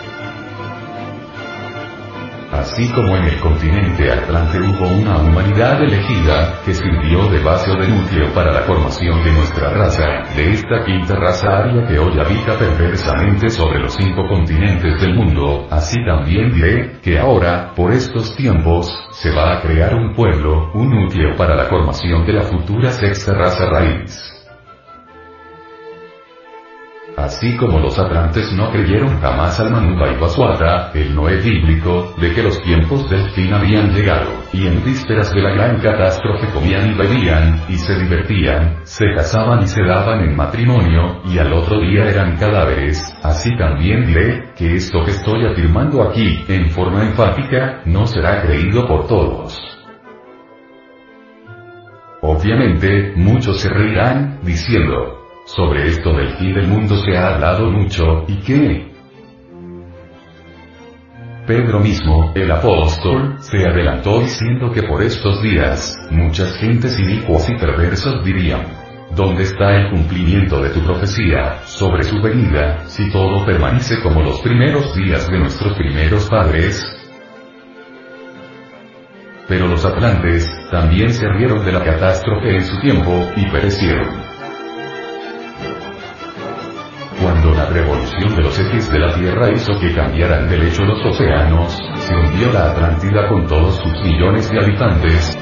Así como en el continente Atlante hubo una humanidad elegida, que sirvió de base o de núcleo para la formación de nuestra raza, de esta quinta raza aria que hoy habita perversamente sobre los 5 continentes del mundo, así también diré, que ahora, por estos tiempos, se va a crear un pueblo, un núcleo para la formación de la futura sexta raza raíz. Así como los atlantes no creyeron jamás al Manu Baibasuata, el Noé bíblico, de que los tiempos del fin habían llegado, y en vísperas de la gran catástrofe comían y bebían, y se divertían, se casaban y se daban en matrimonio, y al otro día eran cadáveres, así también diré, que esto que estoy afirmando aquí, en forma enfática, no será creído por todos. Obviamente, muchos se reirán, diciendo: sobre esto del fin del mundo se ha hablado mucho, ¿y qué? Pedro mismo, el apóstol, se adelantó diciendo que por estos días, muchas gentes inicuas y perversas dirían: ¿dónde está el cumplimiento de tu profecía, sobre su venida, si todo permanece como los primeros días de nuestros primeros padres? Pero los atlantes, también se rieron de la catástrofe en su tiempo, y perecieron. Cuando la revolución de los ejes de la Tierra hizo que cambiaran de lecho los océanos, se hundió la Atlántida con todos sus millones de habitantes.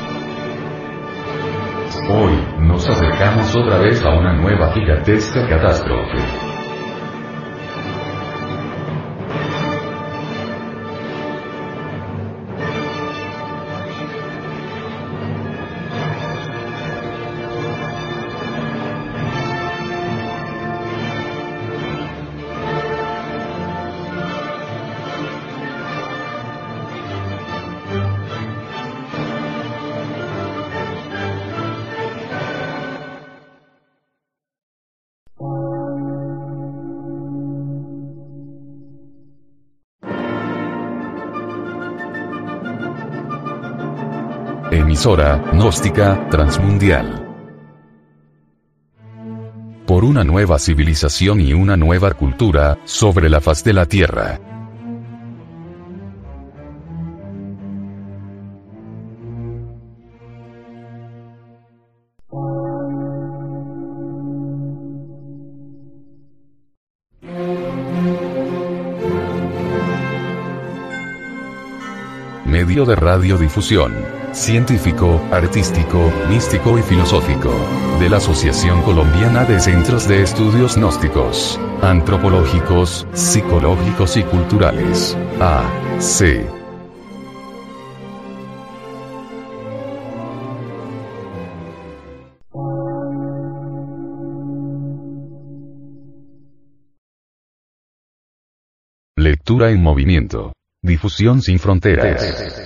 Hoy, nos acercamos otra vez a una nueva gigantesca catástrofe. Emisora gnóstica transmundial. Por una nueva civilización y una nueva cultura, sobre la faz de la Tierra. Medio de radiodifusión, científico, artístico, místico y filosófico, de la Asociación Colombiana de Centros de Estudios Gnósticos, Antropológicos, Psicológicos y Culturales, AC. Lectura en movimiento. Difusión sin fronteras.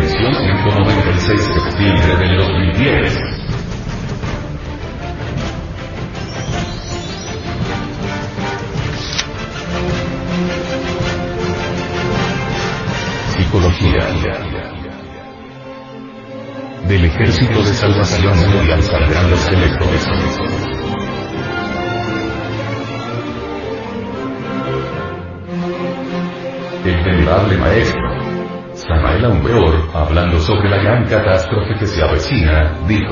edición 196 de septiembre del 2010. Psicología. Del Ejército de Salvación Mundial saldrán los electores. El venerable maestro Samael Aun Weor, hablando sobre la gran catástrofe que se avecina, dijo: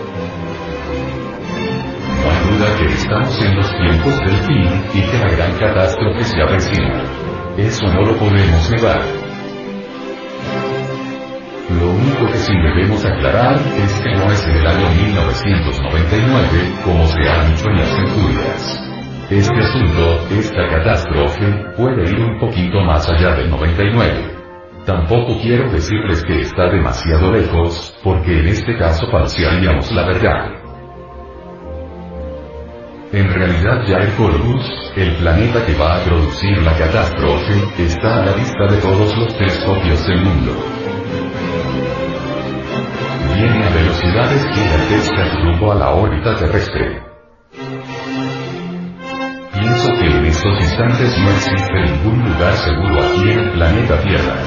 no hay duda que estamos en los tiempos del fin, y que la gran catástrofe se avecina. Eso no lo podemos negar. Lo único que sí debemos aclarar es que no es en el año 1999, como se ha dicho en las centurias. Este asunto, esta catástrofe, puede ir un poquito más allá del 99. Tampoco quiero decirles que está demasiado lejos, porque en este caso falsearíamos la verdad. En realidad ya Hercólogos, el planeta que va a producir la catástrofe, está a la vista de todos los telescopios del mundo. Viene a velocidades gigantescas rumbo a la órbita terrestre. Pienso que en estos instantes no existe ningún lugar seguro aquí en el planeta Tierra.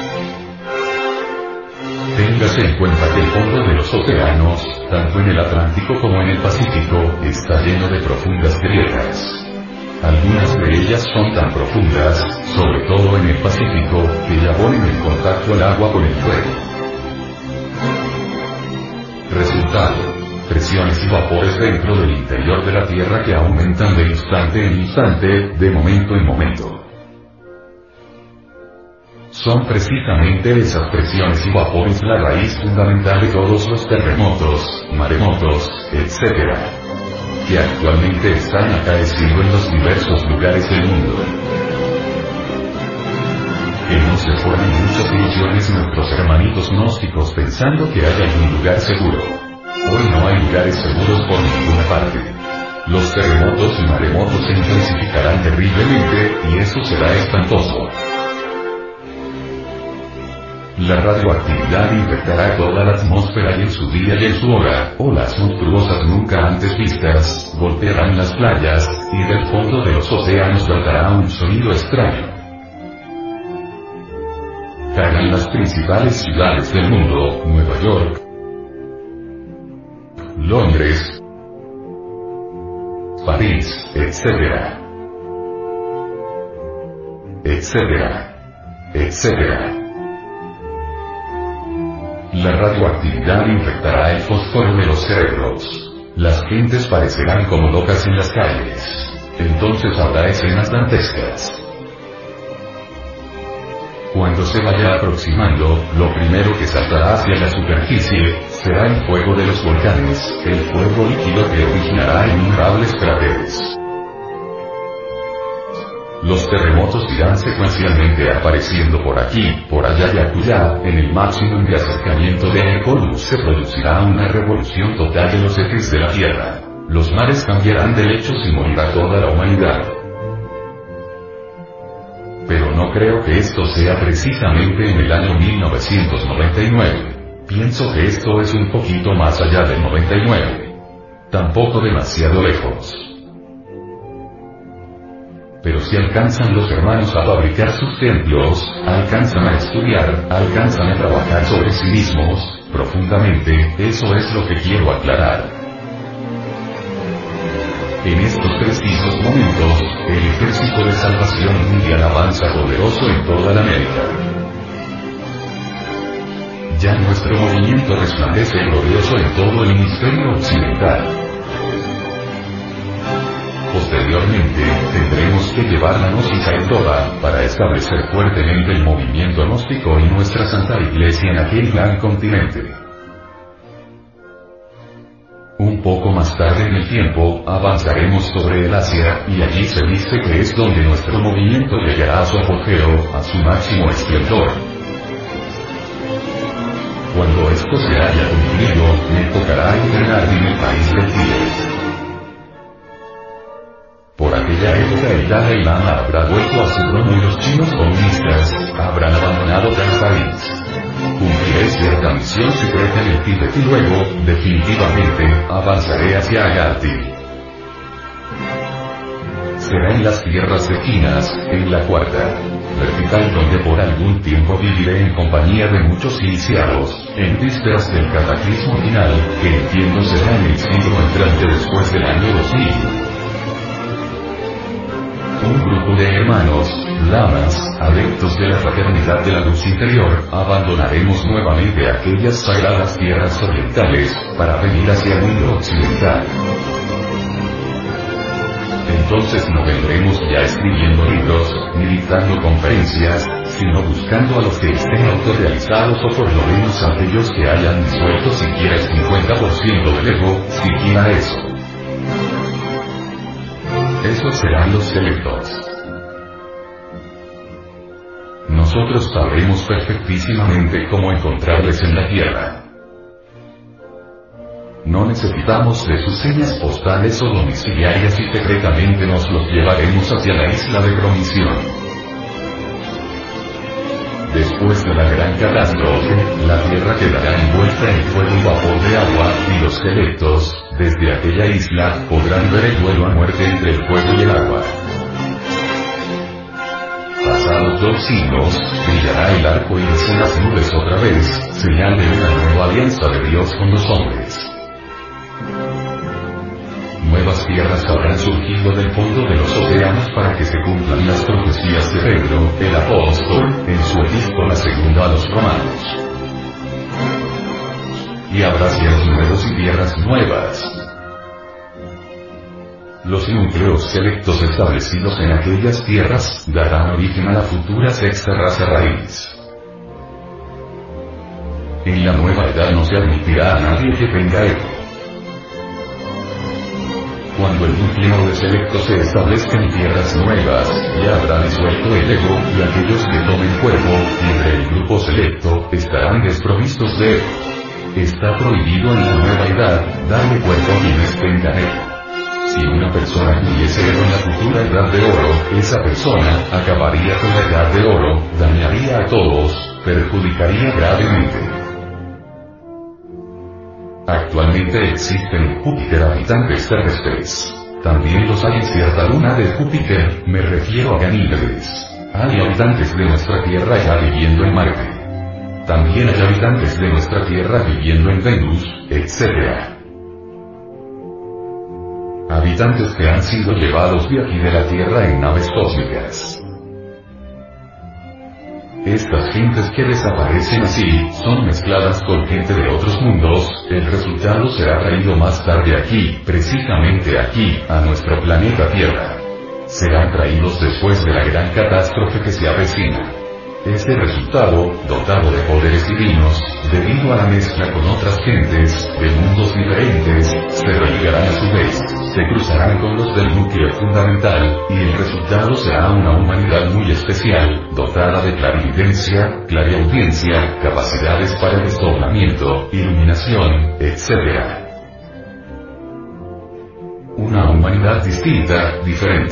Téngase en cuenta que el fondo de los océanos, tanto en el Atlántico como en el Pacífico, está lleno de profundas grietas. Algunas de ellas son tan profundas, sobre todo en el Pacífico, que ya ponen en contacto el agua con el fuego. Resultado: presiones y vapores dentro del interior de la Tierra que aumentan de instante en instante, de momento en momento. Son precisamente esas presiones y vapores la raíz fundamental de todos los terremotos, maremotos, etc., que actualmente están acaeciendo en los diversos lugares del mundo. Que no se formen muchas ilusiones nuestros hermanitos gnósticos pensando que hay algún lugar seguro. Hoy no hay lugares seguros por ninguna parte. Los terremotos y maremotos se intensificarán terriblemente, y eso será espantoso. La radioactividad infectará toda la atmósfera y en su día y en su hora, olas monstruosas nunca antes vistas, golpearán las playas, y del fondo de los océanos brotará un sonido extraño. Caerán las principales ciudades del mundo, Nueva York, Londres, París, etcétera, etcétera, etcétera. La radioactividad infectará el fósforo de los cerebros. Las gentes parecerán como locas en las calles. Entonces habrá escenas dantescas. Cuando se vaya aproximando, lo primero que saltará hacia la superficie será el fuego de los volcanes, el fuego líquido que originará innumerables cráteres. Los terremotos irán secuencialmente apareciendo por aquí, por allá y acullá. En el máximo de acercamiento de Hercólogos se producirá una revolución total de los ejes de la Tierra. Los mares cambiarán de lechos y morirá toda la humanidad. Pero no creo que esto sea precisamente en el año 1999. Pienso que esto es un poquito más allá del 99. Tampoco demasiado lejos. Pero si alcanzan los hermanos a fabricar sus templos, alcanzan a estudiar, alcanzan a trabajar sobre sí mismos, profundamente, eso es lo que quiero aclarar. En estos precisos momentos, el Ejército de Salvación Mundial avanza poderoso en toda la América. Ya nuestro movimiento resplandece glorioso en todo el hemisferio occidental. Posteriormente, tendremos que llevar la gnosis a Europa, para establecer fuertemente el movimiento gnóstico y nuestra Santa Iglesia en aquel gran continente. Un poco más tarde en el tiempo, avanzaremos sobre el Asia, y allí se dice que es donde nuestro movimiento llegará a su apogeo, a su máximo esplendor. Cuando esto se haya cumplido, me tocará entrenar en el país del Tíbet. Por aquella época el Dalai Lama habrá vuelto a su trono y los chinos comunistas habrán abandonado tal país. Cumplirá cumpliré cierta misión secreta en el Tíbet y luego, definitivamente, avanzaré hacia Agarthy. Será en las tierras equinas, en la cuarta vertical, donde por algún tiempo viviré en compañía de muchos iniciados, en vísperas del cataclismo final, que entiendo será en el siglo entrante después del año 2000. Un grupo de hermanos, lamas, adeptos de la fraternidad de la luz interior, abandonaremos nuevamente aquellas sagradas tierras orientales, para venir hacia el mundo occidental. Entonces no vendremos ya escribiendo libros, ni dictando conferencias, sino buscando a los que estén autorrealizados o por lo menos a aquellos que hayan disuelto siquiera el 50% del ego, siquiera eso. Esos serán los selectos. Nosotros sabremos perfectísimamente cómo encontrarles en la tierra. No necesitamos de sus señas postales o domiciliarias y secretamente nos los llevaremos hacia la isla de Promisión. Después de la gran catástrofe, la tierra quedará envuelta en fuego y vapor de agua, y los selectos, desde aquella isla, podrán ver el duelo a muerte entre el fuego y el agua. Pasados 2 siglos, brillará el arco iris en las nubes otra vez, señal de una nueva alianza de Dios con los hombres. Nuevas tierras habrán surgido del fondo de los océanos para que se cumplan las profecías de Pedro, el apóstol, en su epístola segunda a los romanos. Y habrá cielos nuevos y tierras nuevas. Los núcleos selectos establecidos en aquellas tierras darán origen a la futura sexta raza raíz. En la nueva edad no se admitirá a nadie que tenga ego. Cuando el núcleo de selectos se establezca en tierras nuevas, ya habrá disuelto el ego, y aquellos que tomen cuerpo, entre el grupo selecto, estarán desprovistos de ego. Está prohibido en la nueva edad, darle cuerpo a quienes tengan ego. Si una persona tuviese ego en la futura edad de oro, esa persona acabaría con la edad de oro, dañaría a todos, perjudicaría gravemente. Actualmente existen en Júpiter habitantes terrestres. También los hay en cierta luna de Júpiter, me refiero a Ganímedes. Hay habitantes de nuestra Tierra ya viviendo en Marte. También hay habitantes de nuestra Tierra viviendo en Venus, etc. Habitantes que han sido llevados de aquí de la Tierra en naves cósmicas. Estas gentes que desaparecen así, son mezcladas con gente de otros mundos, el resultado será traído más tarde aquí, precisamente aquí, a nuestro planeta Tierra. Serán traídos después de la gran catástrofe que se avecina. Este resultado, dotado de poderes divinos, debido a la mezcla con otras gentes, de mundos diferentes, se religarán a su vez, se cruzarán con los del núcleo fundamental, y el resultado será una humanidad muy especial, dotada de clarividencia, clariaudiencia, capacidades para el desdoblamiento, iluminación, etc. Una humanidad distinta, diferente.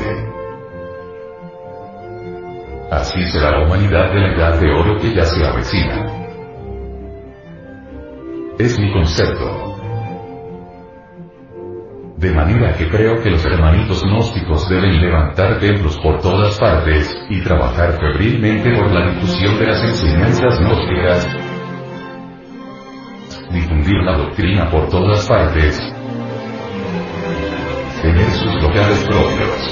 Así será la humanidad de la Edad de Oro que ya se avecina. Es mi concepto. De manera que creo que los hermanitos gnósticos deben levantar templos por todas partes, y trabajar febrilmente por la difusión de las enseñanzas gnósticas, difundir la doctrina por todas partes, tener sus locales propios.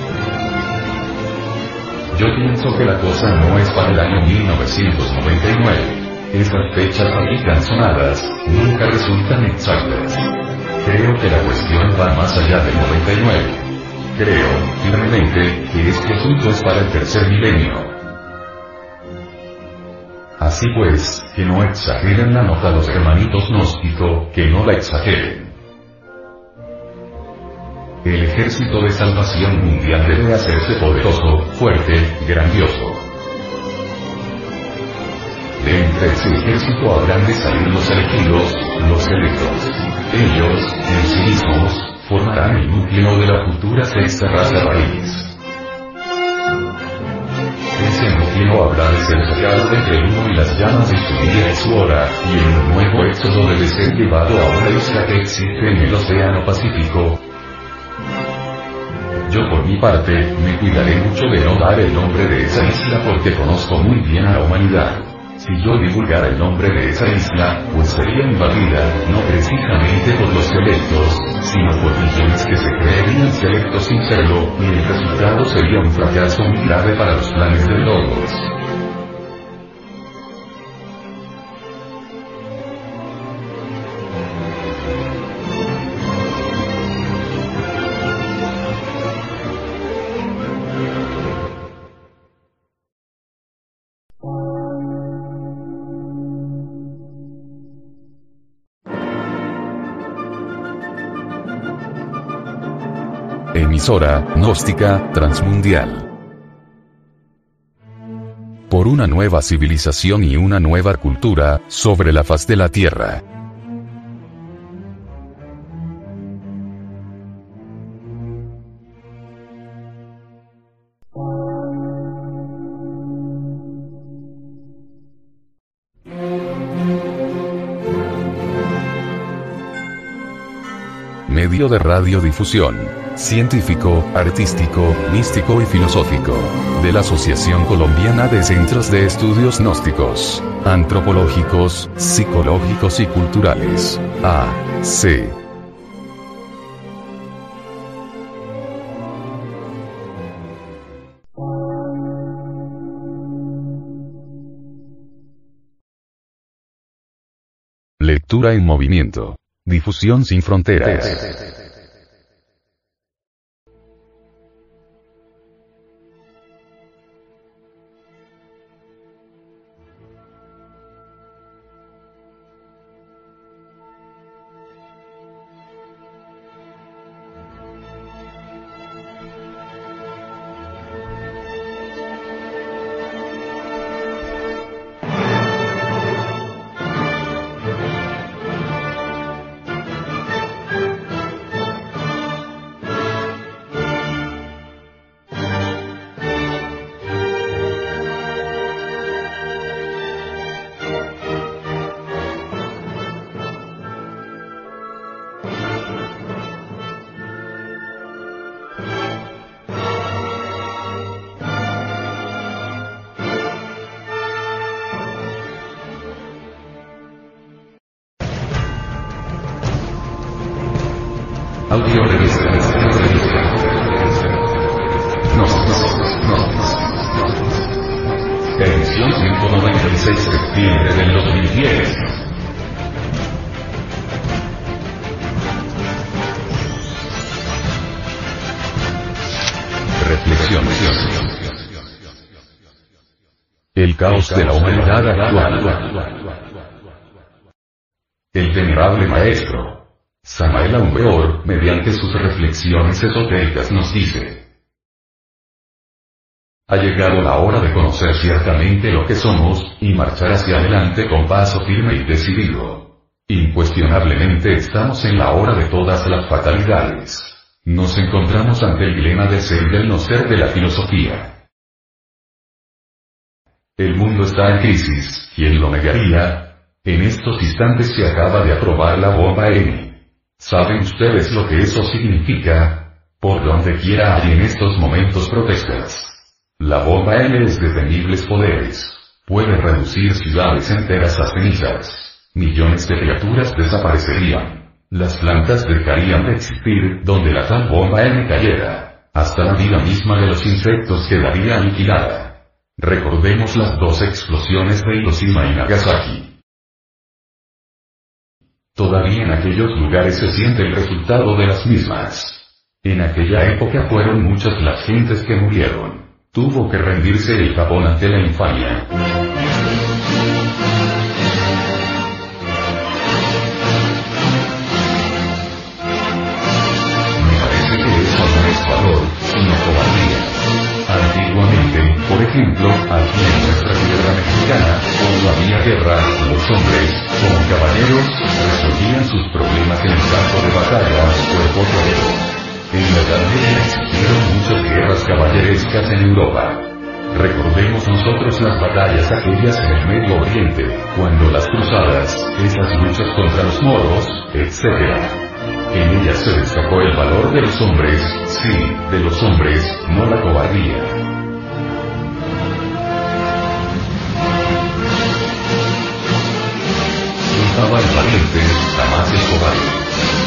Yo pienso que la cosa no es para el año 1999. Esas fechas aquí tan sonadas, nunca resultan exactas. Creo que la cuestión va más allá del 99. Creo, firmemente, que este asunto es para el tercer milenio. Así pues, que no exageren la nota los hermanitos gnósticos, que no la exageren. El ejército de salvación mundial debe hacerse poderoso, fuerte, grandioso. De entre ese ejército habrán de salir los elegidos, los electos. Ellos, en sí mismos, formarán el núcleo de la futura sexta raza raíz. Ese no quiero hablar de ser sacado entre el humo y las llamas de su día y su hora, y en un nuevo éxodo debe ser llevado a una isla que existe en el Océano Pacífico. Yo por mi parte, me cuidaré mucho de no dar el nombre de esa isla porque conozco muy bien a la humanidad. Si yo divulgara el nombre de esa isla, pues sería invadida, no precisamente por los selectos, sino por millones que se creerían selectos sin serlo, y el resultado sería un fracaso muy grave para los planes de Logos. Emisora gnóstica transmundial. Por una nueva civilización y una nueva cultura sobre la faz de la Tierra. Medio de radiodifusión, científico, artístico, místico y filosófico, de la Asociación Colombiana de Centros de Estudios Gnósticos, Antropológicos, Psicológicos y Culturales, AC. Lectura en movimiento. Difusión sin fronteras. Audio revista. Edición 196 de septiembre del 2010. Reflexión. El caos de la humanidad actual. El venerable maestro Samael Aun Weor, mediante sus reflexiones esotéricas nos dice: ha llegado la hora de conocer ciertamente lo que somos, y marchar hacia adelante con paso firme y decidido. Incuestionablemente estamos en la hora de todas las fatalidades. Nos encontramos ante el dilema del ser y del no ser de la filosofía. El mundo está en crisis, ¿quién lo negaría? En estos instantes se acaba de aprobar la bomba M. ¿Saben ustedes lo que eso significa? Por donde quiera hay en estos momentos protestas. La bomba M es de temibles poderes. Puede reducir ciudades enteras a cenizas. Millones de criaturas desaparecerían. Las plantas dejarían de existir donde la tal bomba M cayera. Hasta la vida misma de los insectos quedaría aniquilada. Recordemos las dos explosiones de Hiroshima y Nagasaki. Todavía en aquellos lugares se siente el resultado de las mismas. En aquella época fueron muchas las gentes que murieron. Tuvo que rendirse el Japón ante la infamia. Me parece que eso no es valor, sino cobardía. Antiguamente, por ejemplo, aquí en nuestra tierra mexicana, cuando había guerra, los hombres, como caballeros, resolvían sus problemas en el campo de batalla, cuerpo a cuerpo. En la Edad Media existieron muchas guerras caballerescas en Europa. Recordemos nosotros las batallas aquellas en el Medio Oriente, cuando las cruzadas, esas luchas contra los moros, etc. En ellas se destacó el valor de los hombres, sí, de los hombres, no la cobardía. Triunfaba el valiente, jamás el cobarde.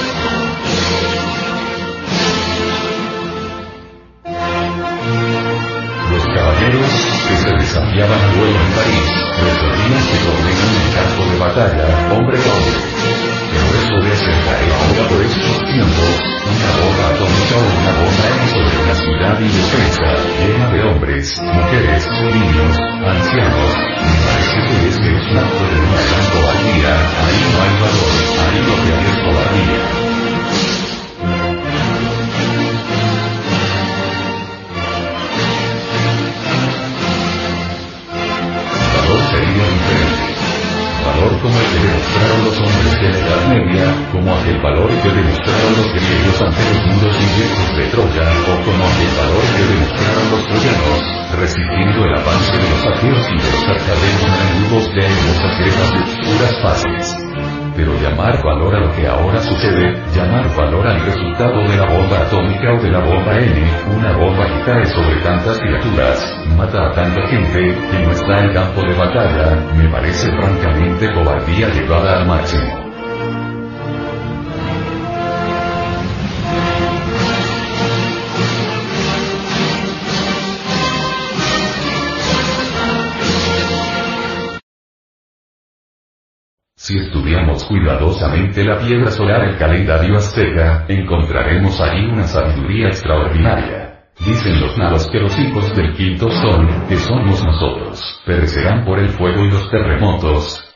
Los caballeros, que se desafiaban a duelo en París, resolvían que tornean en el campo de batalla, hombre a hombre. Pero eso de hacer caer ahora por estos tiempos, una bomba atómica o una bomba sobre una ciudad indefensa, llena de hombres, mujeres, niños, ancianos, me parece que es un acto de una gran cobardía, ahí no hay valor, ahí lo que hay es cobardía. Sería diferente. Valor como el que demostraron los hombres de la Edad Media, como aquel valor que demostraron los griegos ante los muros indirectos de Troya, o como aquel valor que demostraron los troyanos, resistiendo el avance de los aqueos y de los arcadeos enemigos de hermosas guerras de oscuras fases. Pero llamar valor a lo que ahora sucede, llamar valor al resultado de la bomba atómica o de la bomba N, una bomba que cae sobre tantas criaturas, mata a tanta gente, que no está en campo de batalla, me parece francamente cobardía llevada al máximo. Si estudiamos cuidadosamente la piedra solar el calendario azteca, encontraremos ahí una sabiduría extraordinaria. Dicen los nahuas que los hijos del quinto sol, que somos nosotros, perecerán por el fuego y los terremotos.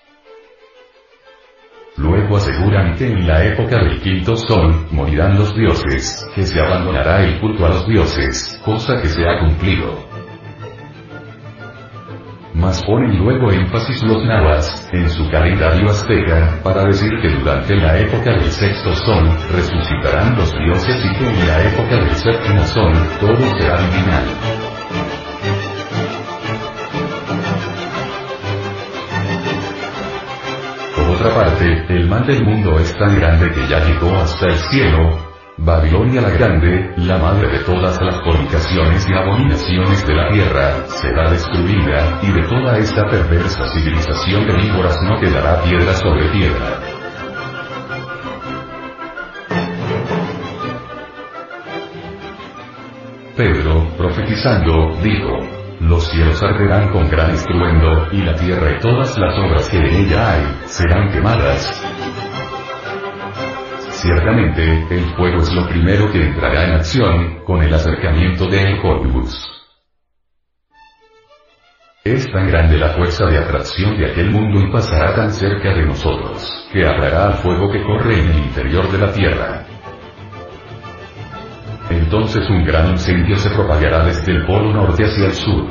Luego aseguran que en la época del quinto sol, morirán los dioses, que se abandonará el culto a los dioses, cosa que se ha cumplido. Mas ponen luego énfasis los nahuas, en su calendario azteca, para decir que durante la época del sexto sol, resucitarán los dioses y que en la época del séptimo sol, todo será divinal. Por otra parte, el mal del mundo es tan grande que ya llegó hasta el cielo. Babilonia la Grande, la madre de todas las fornicaciones y abominaciones de la tierra, será destruida, y de toda esta perversa civilización de víboras no quedará piedra sobre piedra. Pedro, profetizando, dijo: los cielos arderán con gran estruendo, y la tierra y todas las obras que en ella hay, serán quemadas. Ciertamente, el fuego es lo primero que entrará en acción, con el acercamiento de El Corvus. Es tan grande la fuerza de atracción de aquel mundo y pasará tan cerca de nosotros, que hablará al fuego que corre en el interior de la tierra. Entonces un gran incendio se propagará desde el polo norte hacia el sur.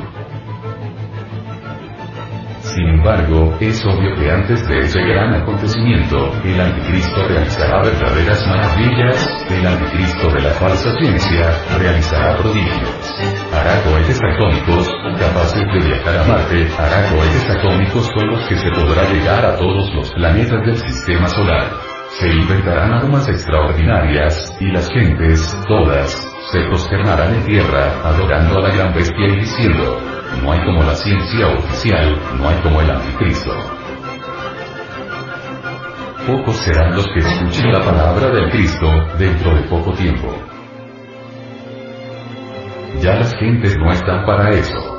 Sin embargo, es obvio que antes de ese gran acontecimiento, el anticristo realizará verdaderas maravillas, el anticristo de la falsa ciencia, realizará prodigios. Hará cohetes atómicos, capaces de viajar a Marte, hará cohetes atómicos con los que se podrá llegar a todos los planetas del sistema solar. Se inventarán armas extraordinarias, y las gentes, todas, se prosternarán en tierra, adorando a la gran bestia y diciendo: no hay como la ciencia oficial, no hay como el anticristo. Pocos serán los que escuchen la palabra del Cristo, dentro de poco tiempo. Ya las gentes no están para eso.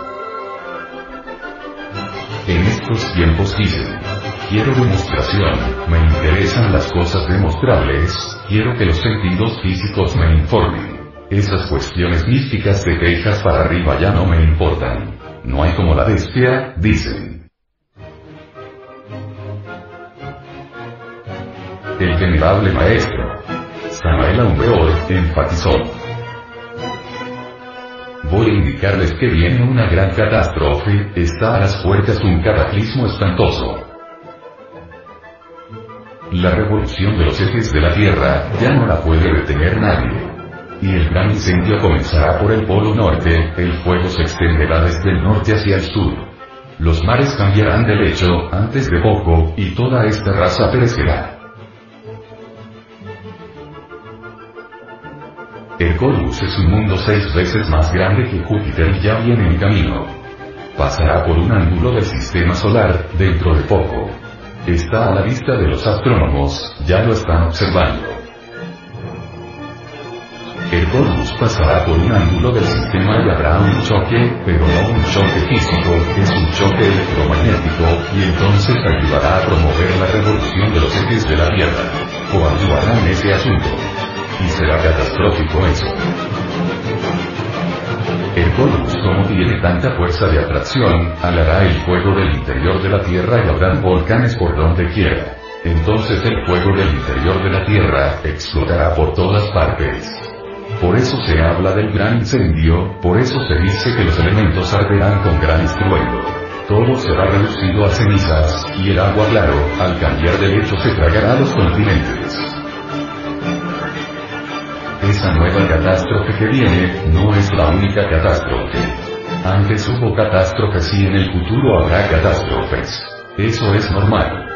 En estos tiempos dicen: quiero demostración, me interesan las cosas demostrables, quiero que los sentidos físicos me informen. Esas cuestiones místicas de quejas para arriba ya no me importan. No hay como la bestia, dicen. El venerable maestro Samael Aun Weor enfatizó: voy a indicarles que viene una gran catástrofe, está a las puertas un cataclismo espantoso. La revolución de los ejes de la Tierra, ya no la puede detener nadie. Y el gran incendio comenzará por el polo norte, el fuego se extenderá desde el norte hacia el sur. Los mares cambiarán de lecho, antes de poco, y toda esta raza perecerá. Hercólogos es un mundo 6 veces más grande que Júpiter y ya viene en camino. Pasará por un ángulo del sistema solar, dentro de poco. Está a la vista de los astrónomos, ya lo están observando. Hercólogos pasará por un ángulo del sistema y habrá un choque, pero no un choque físico, es un choque electromagnético, y entonces ayudará a promover la revolución de los ejes de la Tierra. O ayudará en ese asunto. Y será catastrófico eso. Hercólogos, como tiene tanta fuerza de atracción, alará el fuego del interior de la Tierra y habrán volcanes por donde quiera. Entonces el fuego del interior de la Tierra explotará por todas partes. Por eso se habla del gran incendio, por eso se dice que los elementos arderán con gran estruendo. Todo será reducido a cenizas, y el agua, claro, al cambiar de lecho se tragará los continentes. Esa nueva catástrofe que viene, no es la única catástrofe. Antes hubo catástrofes y en el futuro habrá catástrofes. Eso es normal.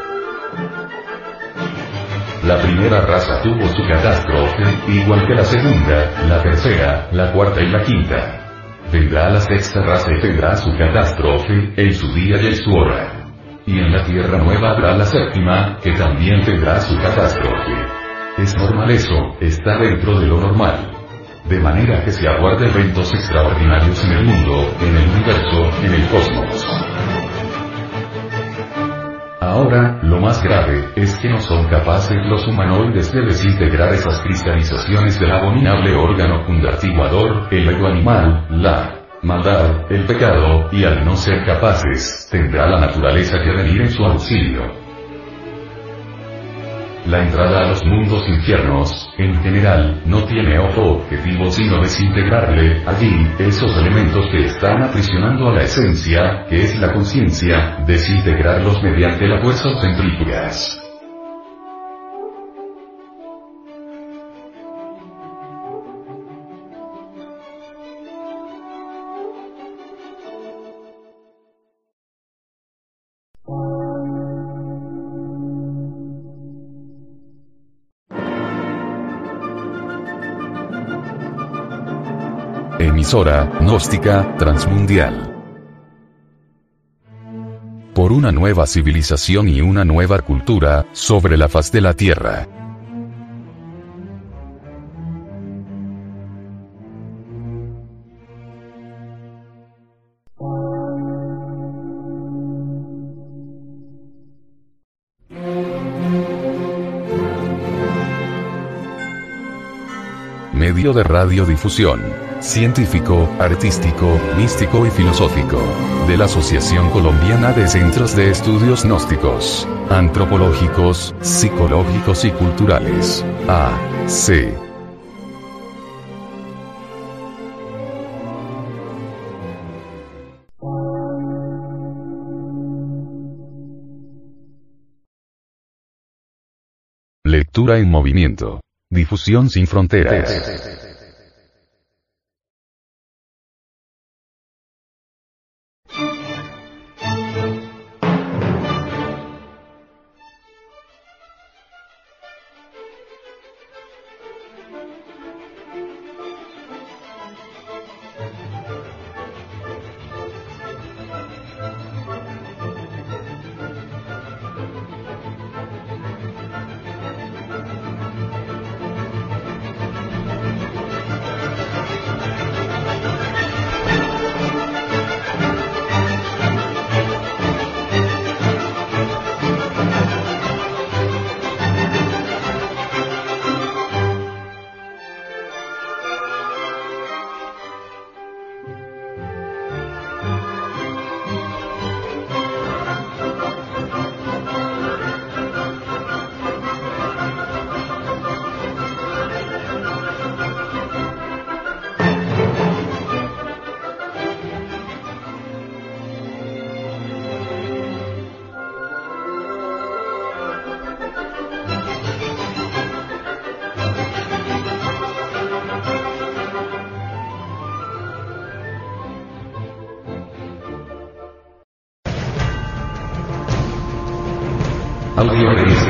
La primera raza tuvo su catástrofe, igual que la segunda, la tercera, la cuarta y la quinta. Vendrá la sexta raza y tendrá su catástrofe, en su día y en su hora. Y en la tierra nueva habrá la séptima, que también tendrá su catástrofe. Es normal eso, está dentro de lo normal. De manera que se aguarde eventos extraordinarios en el mundo, en el universo, en el cosmos. Ahora, lo más grave, es que no son capaces los humanoides de desintegrar esas cristalizaciones del abominable órgano fundartiguador, el ego animal, la maldad, el pecado, y al no ser capaces, tendrá la naturaleza que venir en su auxilio. La entrada a los mundos infiernos, en general, no tiene otro objetivo sino desintegrarle, allí, esos elementos que están aprisionando a la esencia, que es la conciencia, desintegrarlos mediante las fuerzas centrífugas. Emisora gnóstica transmundial. Por una nueva civilización y una nueva cultura sobre la faz de la Tierra. Medio de radiodifusión, científico, artístico, místico y filosófico, de la Asociación Colombiana de Centros de Estudios Gnósticos, Antropológicos, Psicológicos y Culturales, AC. Lectura en movimiento. Difusión sin fronteras.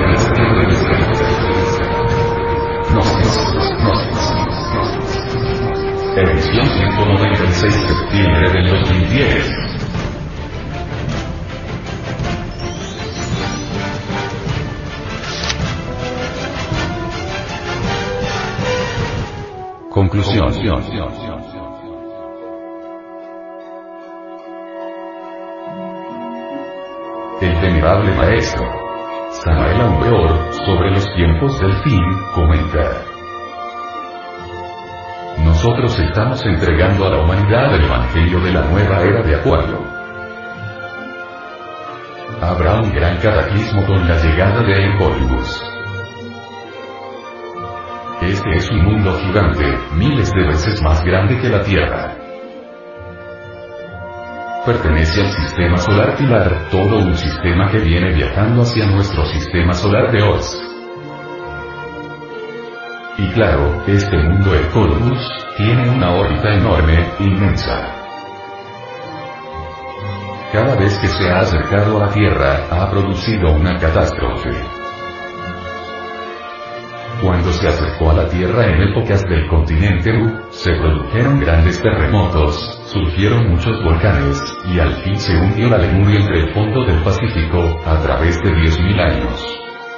Edición 196, septiembre del 2010. Conclusión. El venerable maestro Samael Aun Weor, sobre los tiempos del fin, comenta: nosotros estamos entregando a la humanidad el evangelio de la nueva era de Acuario. Habrá un gran cataclismo con la llegada de Encolibus. Este es un mundo gigante, miles de veces más grande que la Tierra. Pertenece al sistema solar pilar, todo un sistema que viene viajando hacia nuestro sistema solar de Oz. Y claro, este mundo Encolibus tiene una órbita enorme, inmensa. Cada vez que se ha acercado a la Tierra, ha producido una catástrofe. Cuando se acercó a la Tierra en épocas del continente U, se produjeron grandes terremotos, surgieron muchos volcanes, y al fin se hundió la Lemuria entre el fondo del Pacífico, a través de 10.000 años.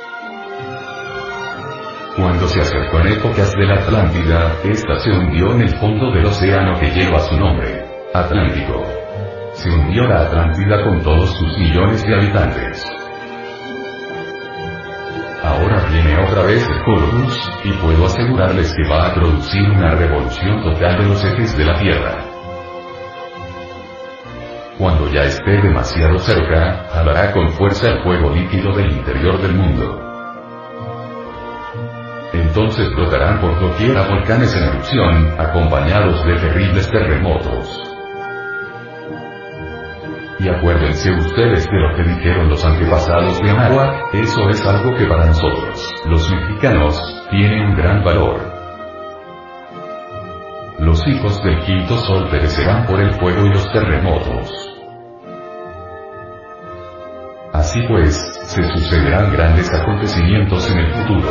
Cuando se acercó en épocas de la Atlántida, esta se hundió en el fondo del océano que lleva su nombre, Atlántico. Se hundió la Atlántida con todos sus millones de habitantes. Ahora viene otra vez Encolibus, y puedo asegurarles que va a producir una revolución total de los ejes de la Tierra. Cuando ya esté demasiado cerca, jalará con fuerza el fuego líquido del interior del mundo. Entonces brotarán por doquiera volcanes en erupción, acompañados de terribles terremotos. Y acuérdense ustedes de lo que dijeron los antepasados de Anáhuac, eso es algo que para nosotros, los mexicanos, tiene un gran valor. Los hijos del quinto sol perecerán por el fuego y los terremotos. Así pues, se sucederán grandes acontecimientos en el futuro.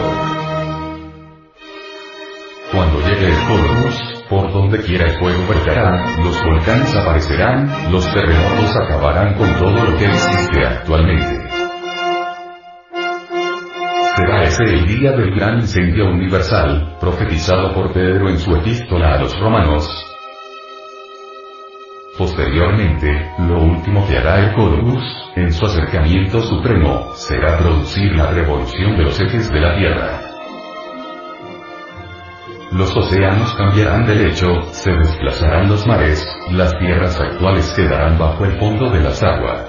Cuando llegue el Encolibus, por donde quiera el fuego brotará, los volcanes aparecerán, los terremotos acabarán con todo lo que existe actualmente. Será ese el día del gran incendio universal, profetizado por Pedro en su epístola a los romanos. Posteriormente, lo último que hará Encolibus, en su acercamiento supremo, será producir la revolución de los ejes de la Tierra. Los océanos cambiarán de lecho, se desplazarán los mares, las tierras actuales quedarán bajo el fondo de las aguas.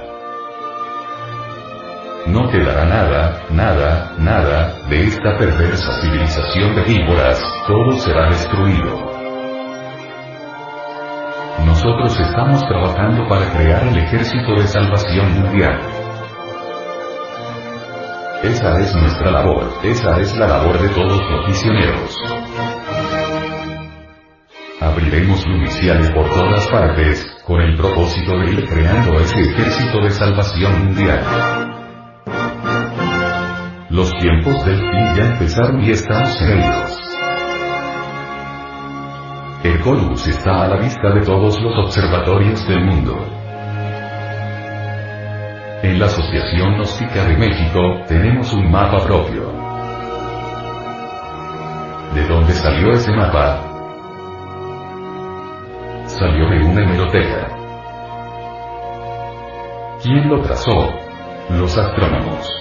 No quedará nada, de esta perversa civilización de víboras, todo será destruido. Nosotros estamos trabajando para crear el ejército de salvación mundial. Esa es nuestra labor, esa es la labor de todos los misioneros. Abriremos luniciales por todas partes, con el propósito de ir creando ese ejército de salvación mundial. Los tiempos del fin ya empezaron y estamos en ellos. Encolibus está a la vista de todos los observatorios del mundo. En la Asociación Gnóstica de México, tenemos un mapa propio. ¿De dónde salió ese mapa? Salió de una hemeroteca. ¿Quién lo trazó? Los astrónomos.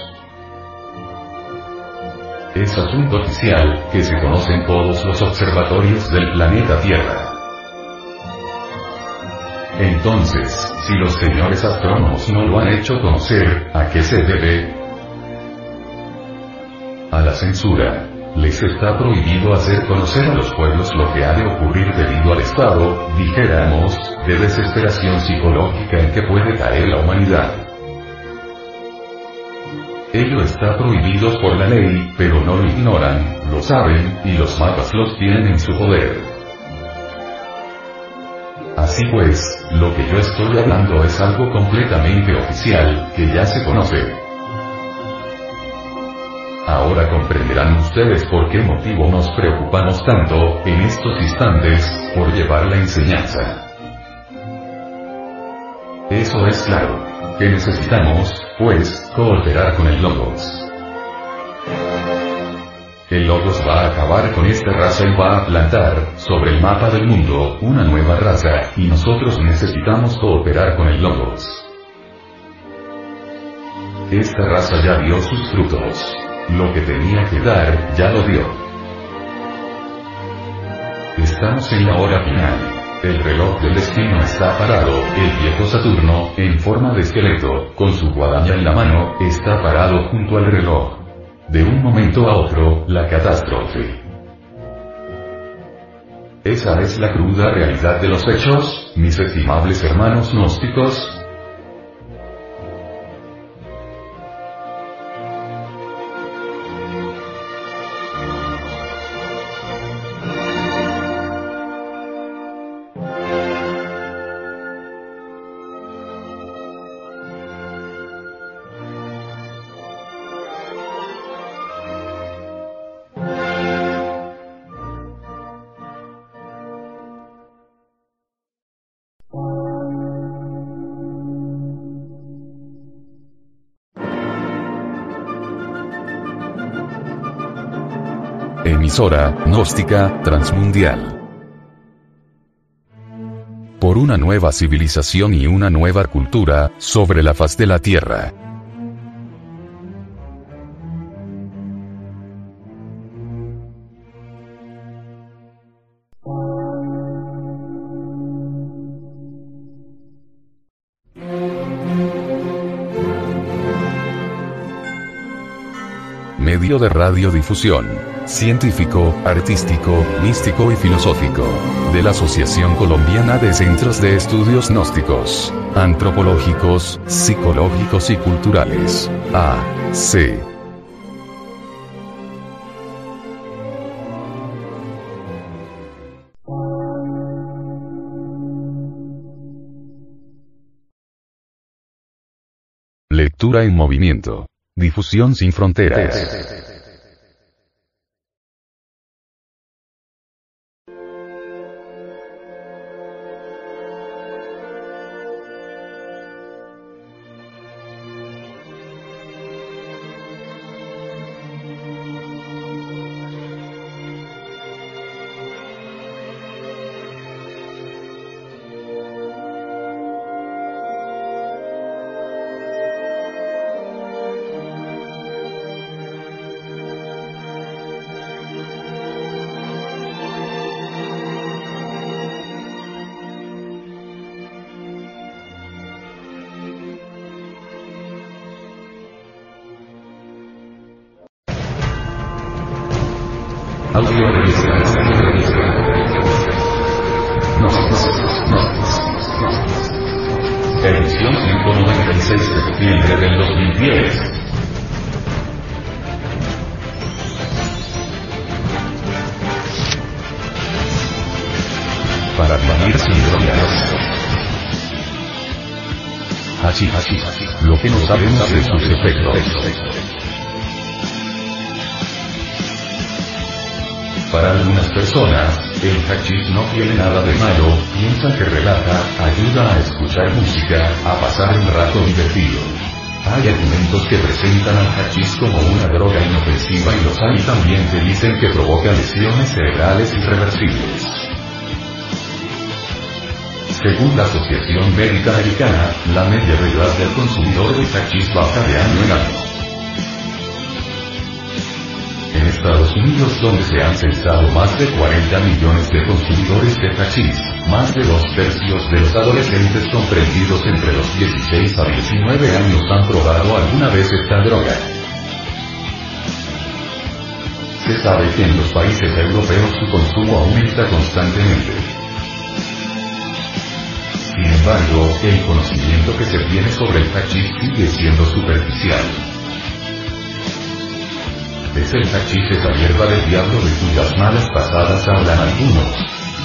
Es asunto oficial, que se conocen todos los observatorios del planeta Tierra. Entonces, si los señores astrónomos no lo han hecho conocer, ¿a qué se debe? A la censura. Les está prohibido hacer conocer a los pueblos lo que ha de ocurrir debido al estado, dijéramos, de desesperación psicológica en que puede caer la humanidad. Ello está prohibido por la ley, pero no lo ignoran, lo saben, y los mapas los tienen en su poder. Así pues, lo que yo estoy hablando es algo completamente oficial, que ya se conoce. Ahora comprenderán ustedes por qué motivo nos preocupamos tanto, en estos instantes, por llevar la enseñanza. Eso es claro. Que necesitamos, pues, cooperar con el Logos. El Logos va a acabar con esta raza y va a plantar, sobre el mapa del mundo, una nueva raza, y nosotros necesitamos cooperar con el Logos. Esta raza ya dio sus frutos. Lo que tenía que dar, ya lo dio. Estamos en la hora final. El reloj del destino está parado, el viejo Saturno, en forma de esqueleto, con su guadaña en la mano, está parado junto al reloj. De un momento a otro, la catástrofe. Esa es la cruda realidad de los hechos, mis estimables hermanos gnósticos. Emisora gnóstica transmundial. Por una nueva civilización y una nueva cultura sobre la faz de la Tierra. Medio de radiodifusión, científico, artístico, místico y filosófico, de la Asociación Colombiana de Centros de Estudios Gnósticos, Antropológicos, Psicológicos y Culturales, AC. Lectura en movimiento. Difusión sin fronteras. Audio revista. Edición 196 de septiembre del 2010. Para vivir sin drogas. Así, lo que no sabemos de sus efectos. Para algunas personas, el hachís no tiene nada de malo, piensan que relaja, ayuda a escuchar música, a pasar un rato divertido. Hay argumentos que presentan al hachís como una droga inofensiva y los hay también que dicen que provoca lesiones cerebrales irreversibles. Según la Asociación Médica Americana, la media de edad del consumidor de hachís baja de año en año. En Estados Unidos, donde se han censado más de 40 millones de consumidores de hachís, más de 2/3 de los adolescentes comprendidos entre los 16 a 19 años han probado alguna vez esta droga. Se sabe que en los países europeos su consumo aumenta constantemente. Sin embargo, el conocimiento que se tiene sobre el hachís sigue siendo superficial. Es el hachís esa hierba del diablo de cuyas malas pasadas hablan algunos.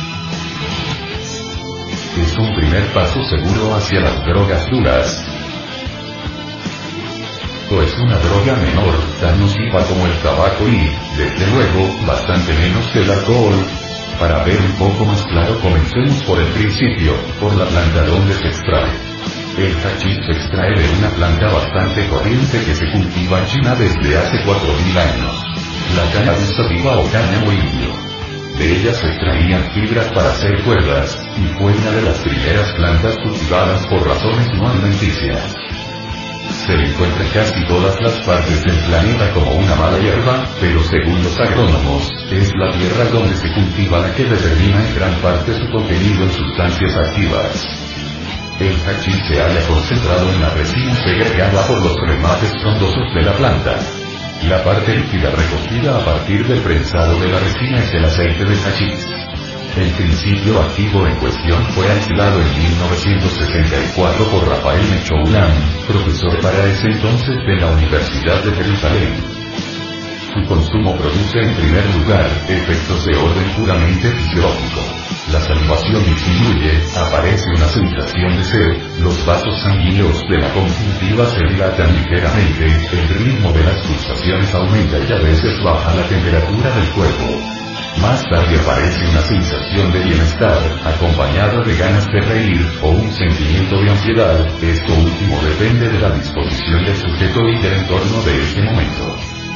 Es un primer paso seguro hacia las drogas duras. Esto es una droga menor, tan nociva como el tabaco y, desde luego, bastante menos que el alcohol. Para ver un poco más claro, comencemos por el principio, por la planta donde se extrae. El hachís se extrae de una planta bastante corriente que se cultiva en China desde hace 4.000 años. La cannabis sativa o cáñamo indio. De ella se extraían fibras para hacer cuerdas, y fue una de las primeras plantas cultivadas por razones no alimenticias. Se encuentra en casi todas las partes del planeta como una mala hierba, pero según los agrónomos, es la tierra donde se cultiva la que determina en gran parte su contenido en sustancias activas. El hachís se halla concentrado en la resina segregada por los remates frondosos de la planta. La parte líquida recogida a partir del prensado de la resina es el aceite del hachís. El principio activo en cuestión fue aislado en 1964 por Rafael Mechoulam, profesor para ese entonces de la Universidad de Jerusalén. Su consumo produce en primer lugar efectos de orden puramente fisiológico. La salivación disminuye, aparece una sensación de sed, los vasos sanguíneos de la conjuntiva se dilatan ligeramente, el ritmo de las pulsaciones aumenta y a veces baja la temperatura del cuerpo. Más tarde aparece una sensación de bienestar, acompañada de ganas de reír, o un sentimiento de ansiedad, esto último depende de la disposición del sujeto y del entorno de ese momento.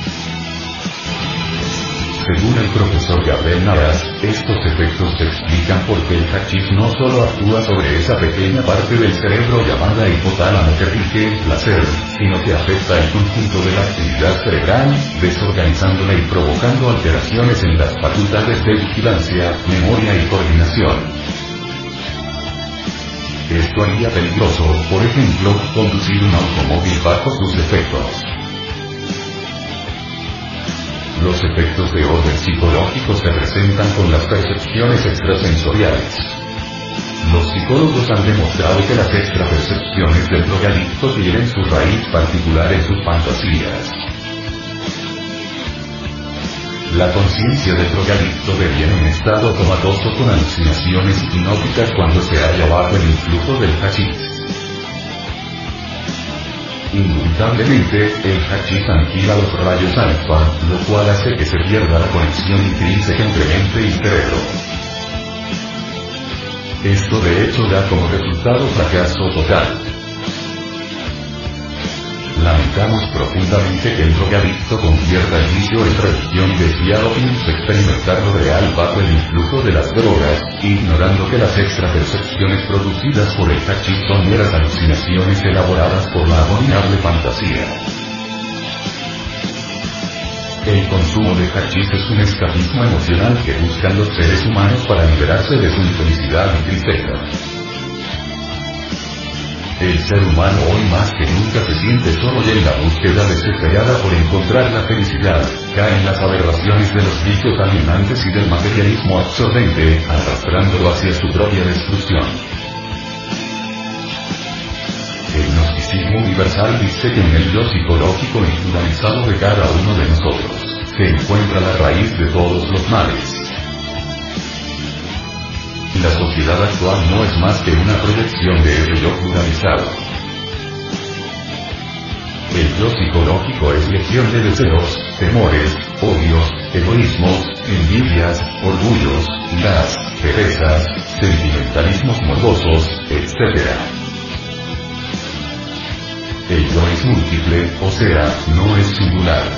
Según el profesor Gabriel Navas, estos efectos se explican porque el hachís no solo actúa sobre esa pequeña parte del cerebro llamada hipotálamo que rige el placer, sino que afecta el conjunto de la actividad cerebral, desorganizándola y provocando alteraciones en las facultades de vigilancia, memoria y coordinación. Esto haría peligroso, por ejemplo, conducir un automóvil bajo sus efectos. Los efectos de orden psicológico se presentan con las percepciones extrasensoriales. Los psicólogos han demostrado que las extrapercepciones del drogadicto tienen su raíz particular en sus fantasías. La conciencia del drogadicto deviene un estado comatoso con alucinaciones hipnóticas cuando se halla bajo el influjo del hachís. Indubitablemente, el hachís aniquila los rayos alfa, lo cual hace que se pierda la conexión intrínseca entre mente y cerebro. Esto de hecho da como resultado fracaso total. Lamentamos profundamente que el drogadicto convierta el vicio en religión y desviado piensa experimentar lo real bajo el influjo de las drogas, ignorando que las extrapercepciones producidas por el hachís son meras alucinaciones elaboradas por la abominable fantasía. El consumo de hachís es un escapismo emocional que buscan los seres humanos para liberarse de su infelicidad y tristeza. El ser humano hoy más que nunca se siente solo y en la búsqueda desesperada por encontrar la felicidad, cae en las aberraciones de los vicios alienantes y del materialismo absorbente, arrastrándolo hacia su propia destrucción. El gnosticismo universal dice que en el yo psicológico individualizado de cada uno de nosotros, se encuentra la raíz de todos los males. La sociedad actual no es más que una proyección de ese yo pluralizado. El yo psicológico es legión de deseos, temores, odios, egoísmos, envidias, orgullos, iras, perezas, sentimentalismos morbosos, etc. El yo es múltiple, o sea, no es singular.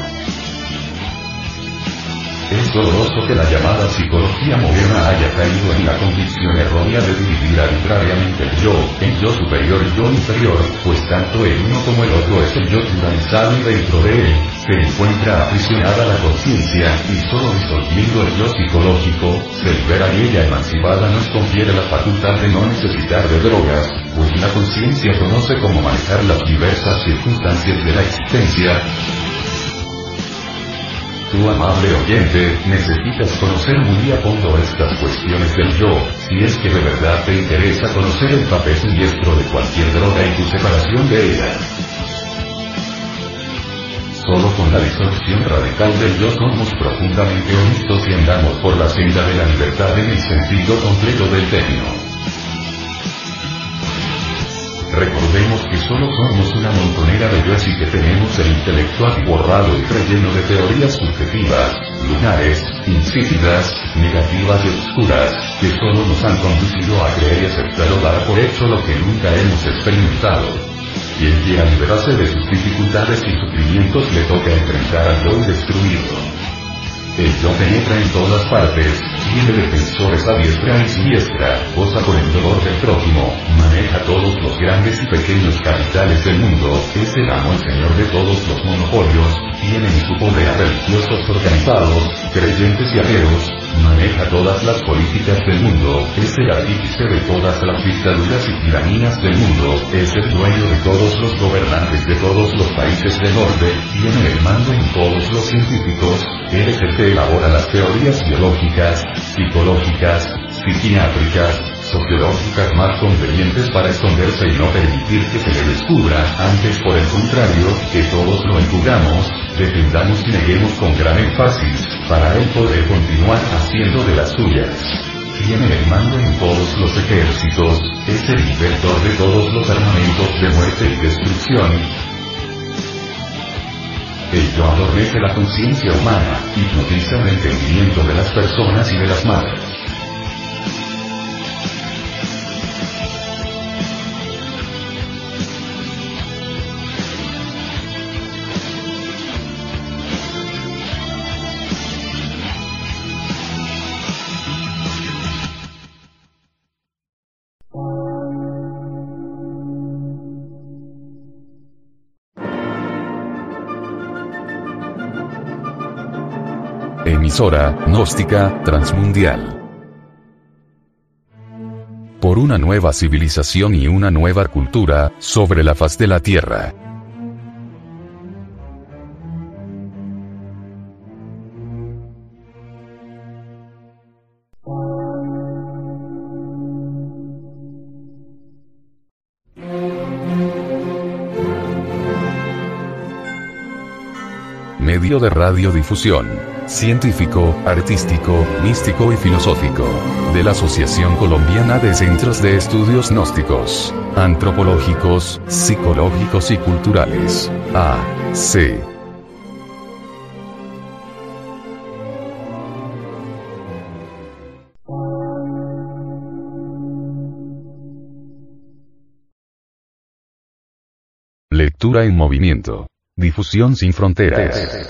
Es doloroso que la llamada psicología moderna haya caído en la condición errónea de dividir arbitrariamente el yo superior y yo inferior, pues tanto el uno como el otro es el yo pluralizado y dentro de él, se encuentra aprisionada la conciencia, y solo disolviendo el yo psicológico, se libera y ella emancipada nos confiere la facultad de no necesitar de drogas, pues la conciencia conoce cómo manejar las diversas circunstancias de la existencia. Tu amable oyente, necesitas conocer muy a fondo estas cuestiones del yo, si es que de verdad te interesa conocer el papel siniestro de cualquier droga y tu separación de ella. Solo con la disolución radical del yo somos profundamente honestos y andamos por la senda de la libertad en el sentido completo del término. Recordemos que solo somos una montonera de yoes y que tenemos el intelecto atiborrado y relleno de teorías subjetivas, lunares, insípidas, negativas y oscuras, que solo nos han conducido a creer y aceptar o dar por hecho lo que nunca hemos experimentado. Quien quiera liberarse de sus dificultades y sufrimientos le toca enfrentar al yo y destruirlo. El yo penetra en todas partes, tiene defensores a diestra y siniestra, goza con el dolor del prójimo, maneja todos los grandes y pequeños capitales del mundo, es el amo y señor de todos los monopolios, tiene en su poder a religiosos organizados, creyentes y ateos, maneja todas las políticas del mundo, es el artífice de todas las dictaduras y tiranías del mundo, es el dueño de todos los gobernantes de todos los países del orbe, tiene el mando en todos los científicos, él es el que elabora las teorías biológicas, psicológicas, psiquiátricas, sociológicas más convenientes para esconderse y no permitir que se le descubra, antes por el contrario, que todos lo encubramos, defendamos y neguemos con gran énfasis, para él poder continuar haciendo de las suyas. Tiene el mando en todos los ejércitos, es el inventor de todos los armamentos de muerte y destrucción. El yo adormece la conciencia humana, hipnotiza el entendimiento de las personas y de las madres. Emisora gnóstica transmundial. Por una nueva civilización y una nueva cultura sobre la faz de la Tierra. Medio de radiodifusión, científico, artístico, místico y filosófico, de la Asociación Colombiana de Centros de Estudios Gnósticos, Antropológicos, Psicológicos y Culturales, AC. Lectura en movimiento. Difusión sin fronteras.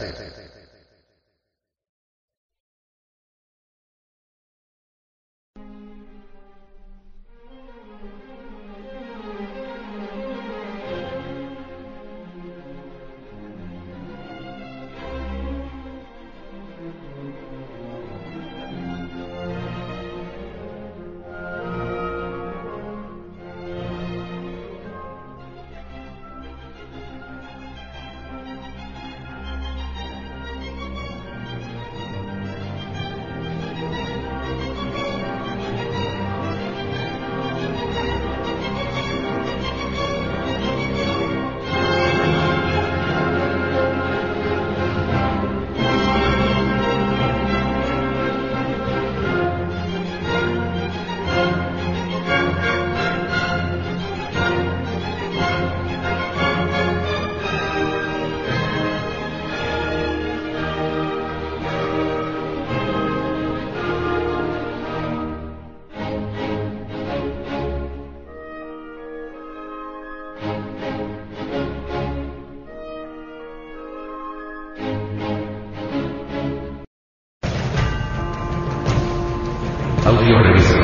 Audio revista.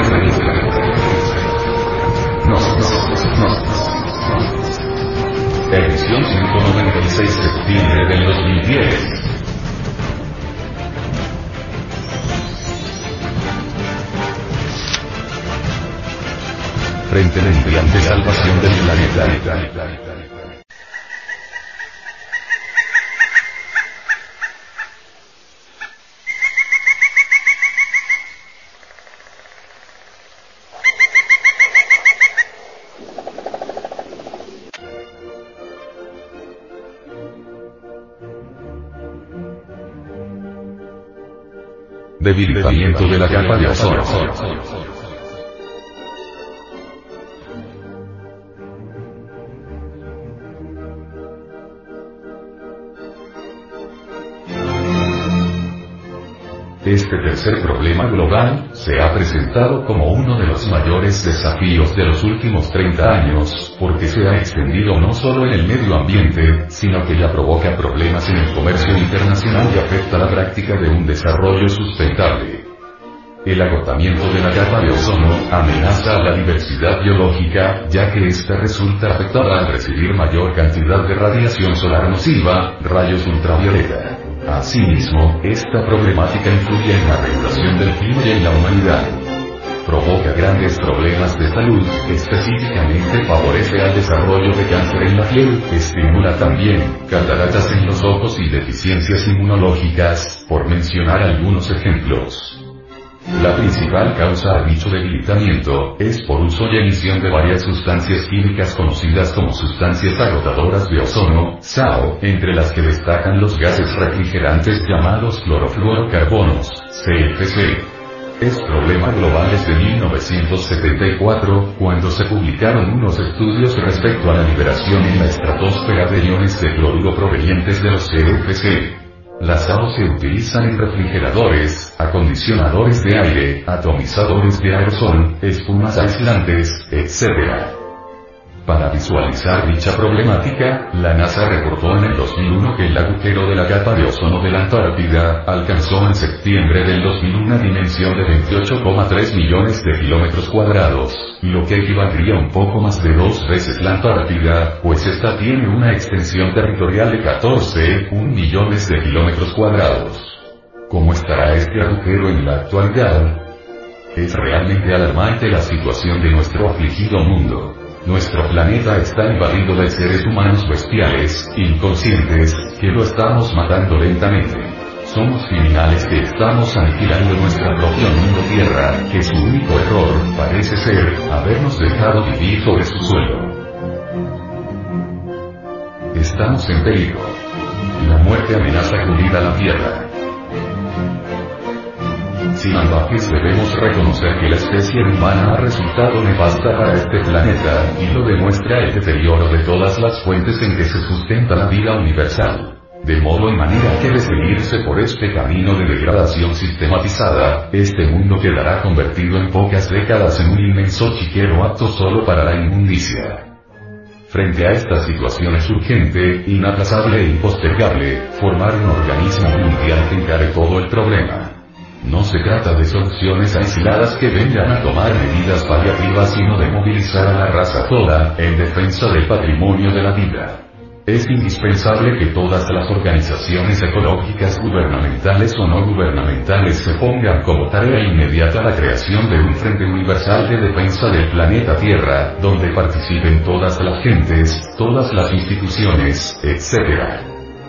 Edición 196 de septiembre del 2010. Frente Mundial de Salvación del Planeta. Debilitamiento de la capa de ozono. Este tercer problema global se ha presentado como uno de los mayores desafíos de los últimos 30 años, porque se ha extendido no solo en el medio ambiente, sino que ya provoca problemas en el comercio internacional y afecta la práctica de un desarrollo sustentable. El agotamiento de la capa de ozono amenaza a la diversidad biológica, ya que ésta resulta afectada al recibir mayor cantidad de radiación solar nociva, rayos ultravioleta. Asimismo, esta problemática influye en la regulación del clima y en la humanidad. Provoca grandes problemas de salud, específicamente favorece al desarrollo de cáncer en la piel, estimula también cataratas en los ojos y deficiencias inmunológicas, por mencionar algunos ejemplos. La principal causa a dicho debilitamiento es por uso y emisión de varias sustancias químicas conocidas como sustancias agotadoras de ozono, SAO, entre las que destacan los gases refrigerantes llamados clorofluorocarbonos, CFC. Es problema global desde 1974, cuando se publicaron unos estudios respecto a la liberación en la estratosfera de iones de cloruro provenientes de los CFC. Las SAO se utilizan en refrigeradores, acondicionadores de aire, atomizadores de aerosol, espumas aislantes, etc. Para visualizar dicha problemática, la NASA reportó en el 2001 que el agujero de la capa de ozono de la Antártida alcanzó en septiembre del 2001 una dimensión de 28,3 millones de kilómetros cuadrados, lo que equivaldría un poco más de 2 veces la Antártida, pues esta tiene una extensión territorial de 14,1 millones de kilómetros cuadrados. ¿Cómo estará este agujero en la actualidad? Es realmente alarmante la situación de nuestro afligido mundo. Nuestro planeta está invadido de seres humanos bestiales, inconscientes, que lo estamos matando lentamente. Somos criminales que estamos aniquilando nuestra propia mundo Tierra, que su único error, parece ser, habernos dejado vivir sobre su suelo. Estamos en peligro. La muerte amenaza cubrir a la Tierra. Sin ambajes debemos reconocer que la especie humana ha resultado nefasta para este planeta, y lo demuestra el deterioro de todas las fuentes en que se sustenta la vida universal. De modo y manera que de seguirse por este camino de degradación sistematizada, este mundo quedará convertido en pocas décadas en un inmenso chiquero apto solo para la inmundicia. Frente a esta situación es urgente, inaplazable e impostergable, formar un organismo mundial que encare todo el problema. No se trata de soluciones aisladas que vengan a tomar medidas paliativas, sino de movilizar a la raza toda, en defensa del patrimonio de la vida. Es indispensable que todas las organizaciones ecológicas gubernamentales o no gubernamentales se pongan como tarea inmediata la creación de un Frente Universal de Defensa del planeta Tierra, donde participen todas las gentes, todas las instituciones, etc.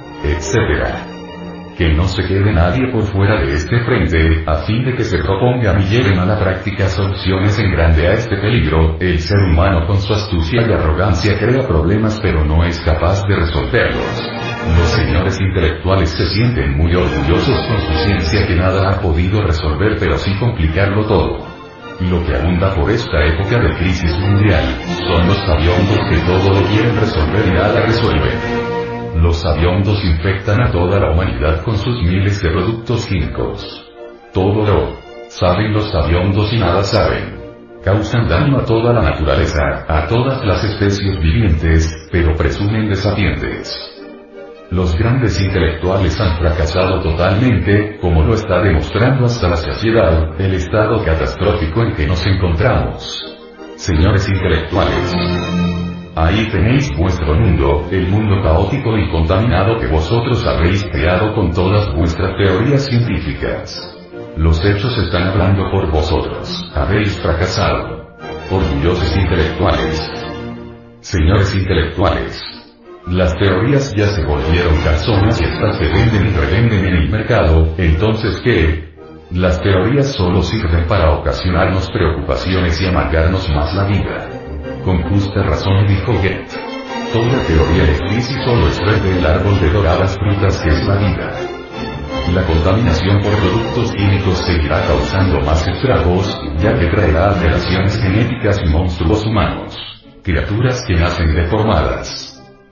Que no se quede nadie por fuera de este frente, a fin de que se propongan y lleven a la práctica soluciones en grande a este peligro. El ser humano con su astucia y arrogancia crea problemas pero no es capaz de resolverlos. Los señores intelectuales se sienten muy orgullosos con su ciencia que nada ha podido resolver pero sí complicarlo todo. Lo que abunda por esta época de crisis mundial, son los sabiondos que todo lo quieren resolver y nada resuelven. Los sabiondos infectan a toda la humanidad con sus miles de productos químicos. Todo lo saben los sabiondos y nada saben. Causan daño a toda la naturaleza, a todas las especies vivientes, pero presumen de sapientes. Los grandes intelectuales han fracasado totalmente, como lo está demostrando hasta la saciedad, el estado catastrófico en que nos encontramos. Señores intelectuales, ahí tenéis vuestro mundo, el mundo caótico y contaminado que vosotros habéis creado con todas vuestras teorías científicas. Los hechos están hablando por vosotros, habéis fracasado. Orgullosos intelectuales. Señores intelectuales, las teorías ya se volvieron canzonas y estas se venden y revenden en el mercado, entonces ¿qué? Las teorías solo sirven para ocasionarnos preocupaciones y amargarnos más la vida. Con justa razón dijo Goethe. Toda teoría es gris y solo es verde el árbol de doradas frutas que es la vida. La contaminación por productos químicos seguirá causando más estragos, ya que traerá alteraciones genéticas y monstruos humanos. Criaturas que nacen deformadas.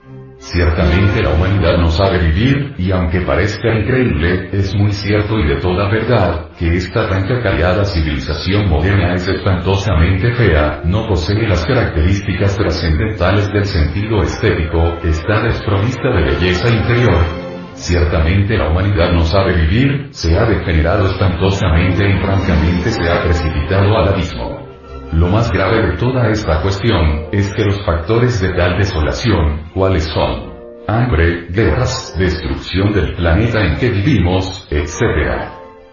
Ciertamente la humanidad no sabe vivir, y aunque parezca increíble, es muy cierto y de toda verdad, que esta tan cacareada civilización moderna es espantosamente fea, no posee las características trascendentales del sentido estético, está desprovista de belleza interior. Ciertamente la humanidad no sabe vivir, se ha degenerado espantosamente y francamente se ha precipitado al abismo. Lo más grave de toda esta cuestión, es que los factores de tal desolación, ¿cuáles son? Hambre, guerras, destrucción del planeta en que vivimos, etc.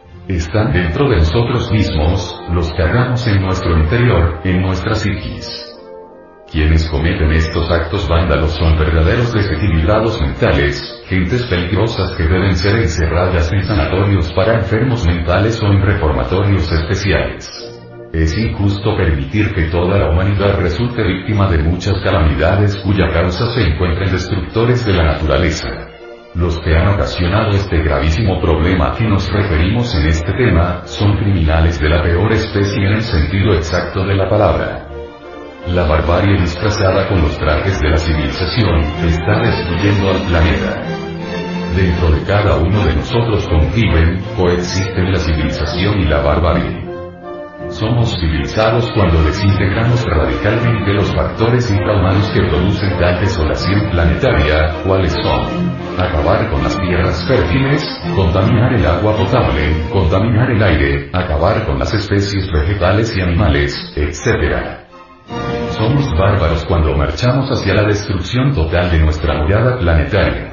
Están dentro de nosotros mismos, los cargamos en nuestro interior, en nuestra psiquis. Quienes cometen estos actos vándalos son verdaderos desequilibrados mentales, gentes peligrosas que deben ser encerradas en sanatorios para enfermos mentales o en reformatorios especiales. Es injusto permitir que toda la humanidad resulte víctima de muchas calamidades cuya causa se encuentra en destructores de la naturaleza. Los que han ocasionado este gravísimo problema a que nos referimos en este tema, son criminales de la peor especie en el sentido exacto de la palabra. La barbarie disfrazada con los trajes de la civilización, está destruyendo al planeta. Dentro de cada uno de nosotros conviven, coexisten la civilización y la barbarie. Somos civilizados cuando desintegramos radicalmente los factores infrahumanos que producen tal desolación planetaria, ¿cuáles son? Acabar con las tierras fértiles, contaminar el agua potable, contaminar el aire, acabar con las especies vegetales y animales, etc. Somos bárbaros cuando marchamos hacia la destrucción total de nuestra morada planetaria.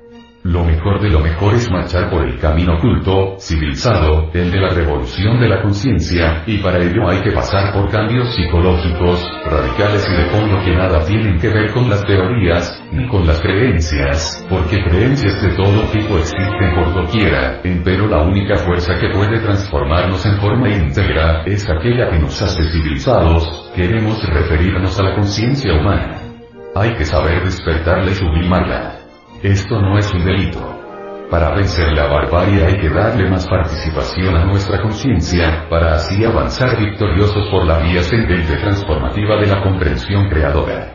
Lo mejor de lo mejor es marchar por el camino oculto, civilizado, el de la revolución de la conciencia, y para ello hay que pasar por cambios psicológicos, radicales y de fondo que nada tienen que ver con las teorías, ni con las creencias, porque creencias de todo tipo existen por doquiera, empero la única fuerza que puede transformarnos en forma íntegra, es aquella que nos hace civilizados, queremos referirnos a la conciencia humana. Hay que saber despertarla y sublimarla. Esto no es un delito. Para vencer la barbarie hay que darle más participación a nuestra conciencia, para así avanzar victoriosos por la vía ascendente transformativa de la comprensión creadora.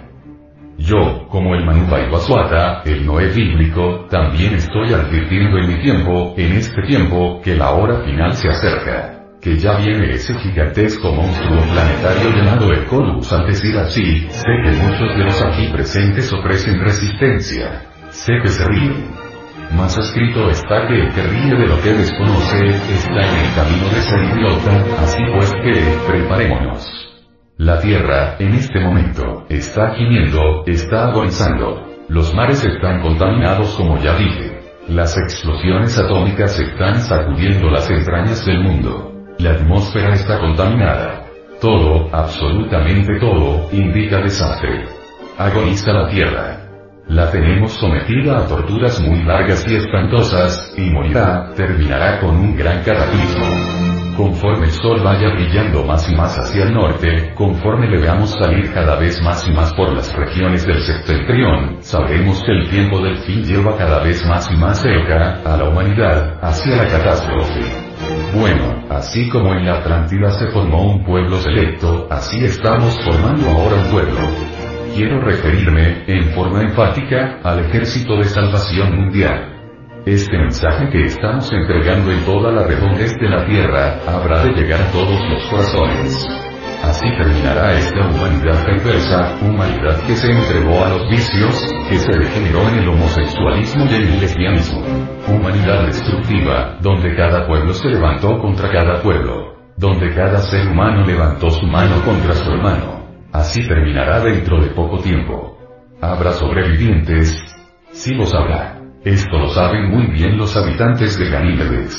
Yo, como el Manu Vaivasvata, el Noé bíblico, también estoy advirtiendo en mi tiempo, en este tiempo, que la hora final se acerca. Que ya viene ese gigantesco monstruo planetario llamado el Colus. Al decir así, sé que muchos de los aquí presentes ofrecen resistencia. Sé que se ríen. Mas escrito está que el que ríe de lo que desconoce, está en el camino de ser idiota, así pues que, preparémonos. La Tierra, en este momento, está gimiendo, está agonizando. Los mares están contaminados como ya dije. Las explosiones atómicas están sacudiendo las entrañas del mundo. La atmósfera está contaminada. Todo, absolutamente todo, indica desastre. Agoniza la Tierra. La tenemos sometida a torturas muy largas y espantosas, y morirá, terminará con un gran cataclismo. Conforme el sol vaya brillando más y más hacia el norte, conforme le veamos salir cada vez más y más por las regiones del septentrión, sabremos que el tiempo del fin lleva cada vez más y más cerca, a la humanidad, hacia la catástrofe. Bueno, así como en la Atlántida se formó un pueblo selecto, así estamos formando ahora un pueblo. Quiero referirme, en forma enfática, al ejército de salvación mundial. Este mensaje que estamos entregando en toda la redondez de la Tierra, habrá de llegar a todos los corazones. Así terminará esta humanidad perversa, humanidad que se entregó a los vicios, que se degeneró en el homosexualismo y el lesbianismo. Humanidad destructiva, donde cada pueblo se levantó contra cada pueblo. Donde cada ser humano levantó su mano contra su hermano. Así terminará dentro de poco tiempo. ¿Habrá sobrevivientes? Sí los habrá. Esto lo saben muy bien los habitantes de Ganímedes.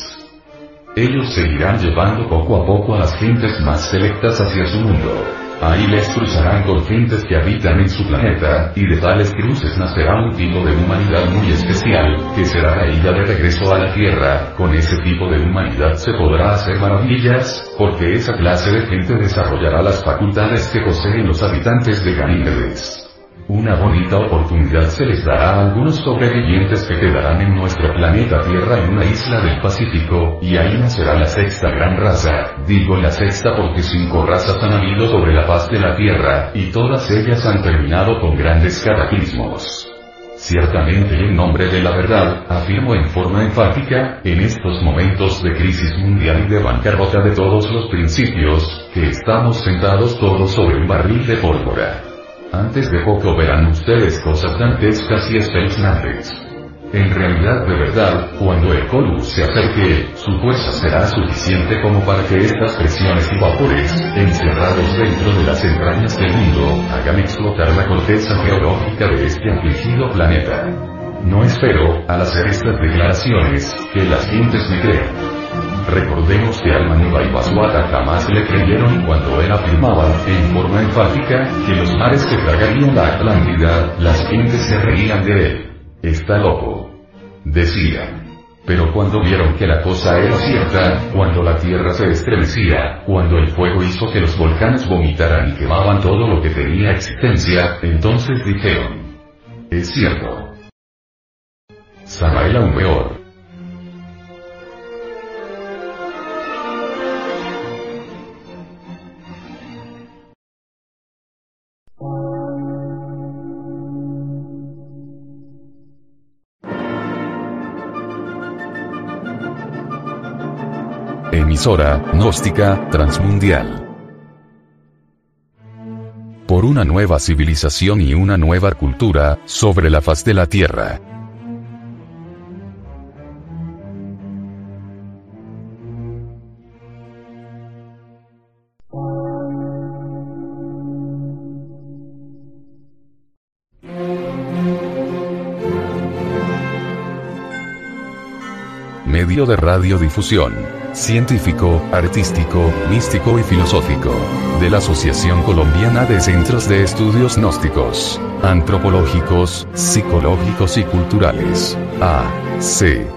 Ellos seguirán llevando poco a poco a las gentes más selectas hacia su mundo. Ahí les cruzarán con gentes que habitan en su planeta, y de tales cruces nacerá un tipo de humanidad muy especial, que será traída de regreso a la Tierra. Con ese tipo de humanidad se podrá hacer maravillas, porque esa clase de gente desarrollará las facultades que poseen los habitantes de Ganímedes. Una bonita oportunidad se les dará a algunos sobrevivientes que quedarán en nuestro planeta Tierra en una isla del Pacífico, y ahí nacerá la sexta gran raza. Digo la sexta porque 5 razas han habido sobre la faz de la Tierra, y todas ellas han terminado con grandes cataclismos. Ciertamente en nombre de la verdad, afirmo en forma enfática, en estos momentos de crisis mundial y de bancarrota de todos los principios, que estamos sentados todos sobre un barril de pólvora. Antes de poco verán ustedes cosas dantescas y espeluznantes. En realidad de verdad, cuando el Colus se acerque, su fuerza será suficiente como para que estas presiones y vapores, encerrados dentro de las entrañas del mundo, hagan explotar la corteza geológica de este afligido planeta. No espero, al hacer estas declaraciones, que las gentes me crean. Recordemos que al Manu y Basuata jamás le creyeron cuando él afirmaba, en forma enfática, que los mares que tragarían la Atlántida, las gentes se reían de él. Está loco, decían. Pero cuando vieron que la cosa era cierta, cuando la tierra se estremecía, cuando el fuego hizo que los volcanes vomitaran y quemaban todo lo que tenía existencia, entonces dijeron: es cierto. Samael aún peor. Emisora gnóstica transmundial. Por una nueva civilización y una nueva cultura sobre la faz de la Tierra. Medio de radiodifusión, científico, artístico, místico y filosófico, de la Asociación Colombiana de Centros de Estudios Gnósticos, Antropológicos, Psicológicos y Culturales, AC.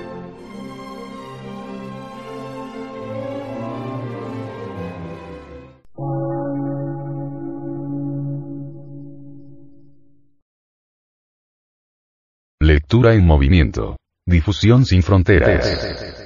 Lectura en movimiento. Difusión sin fronteras.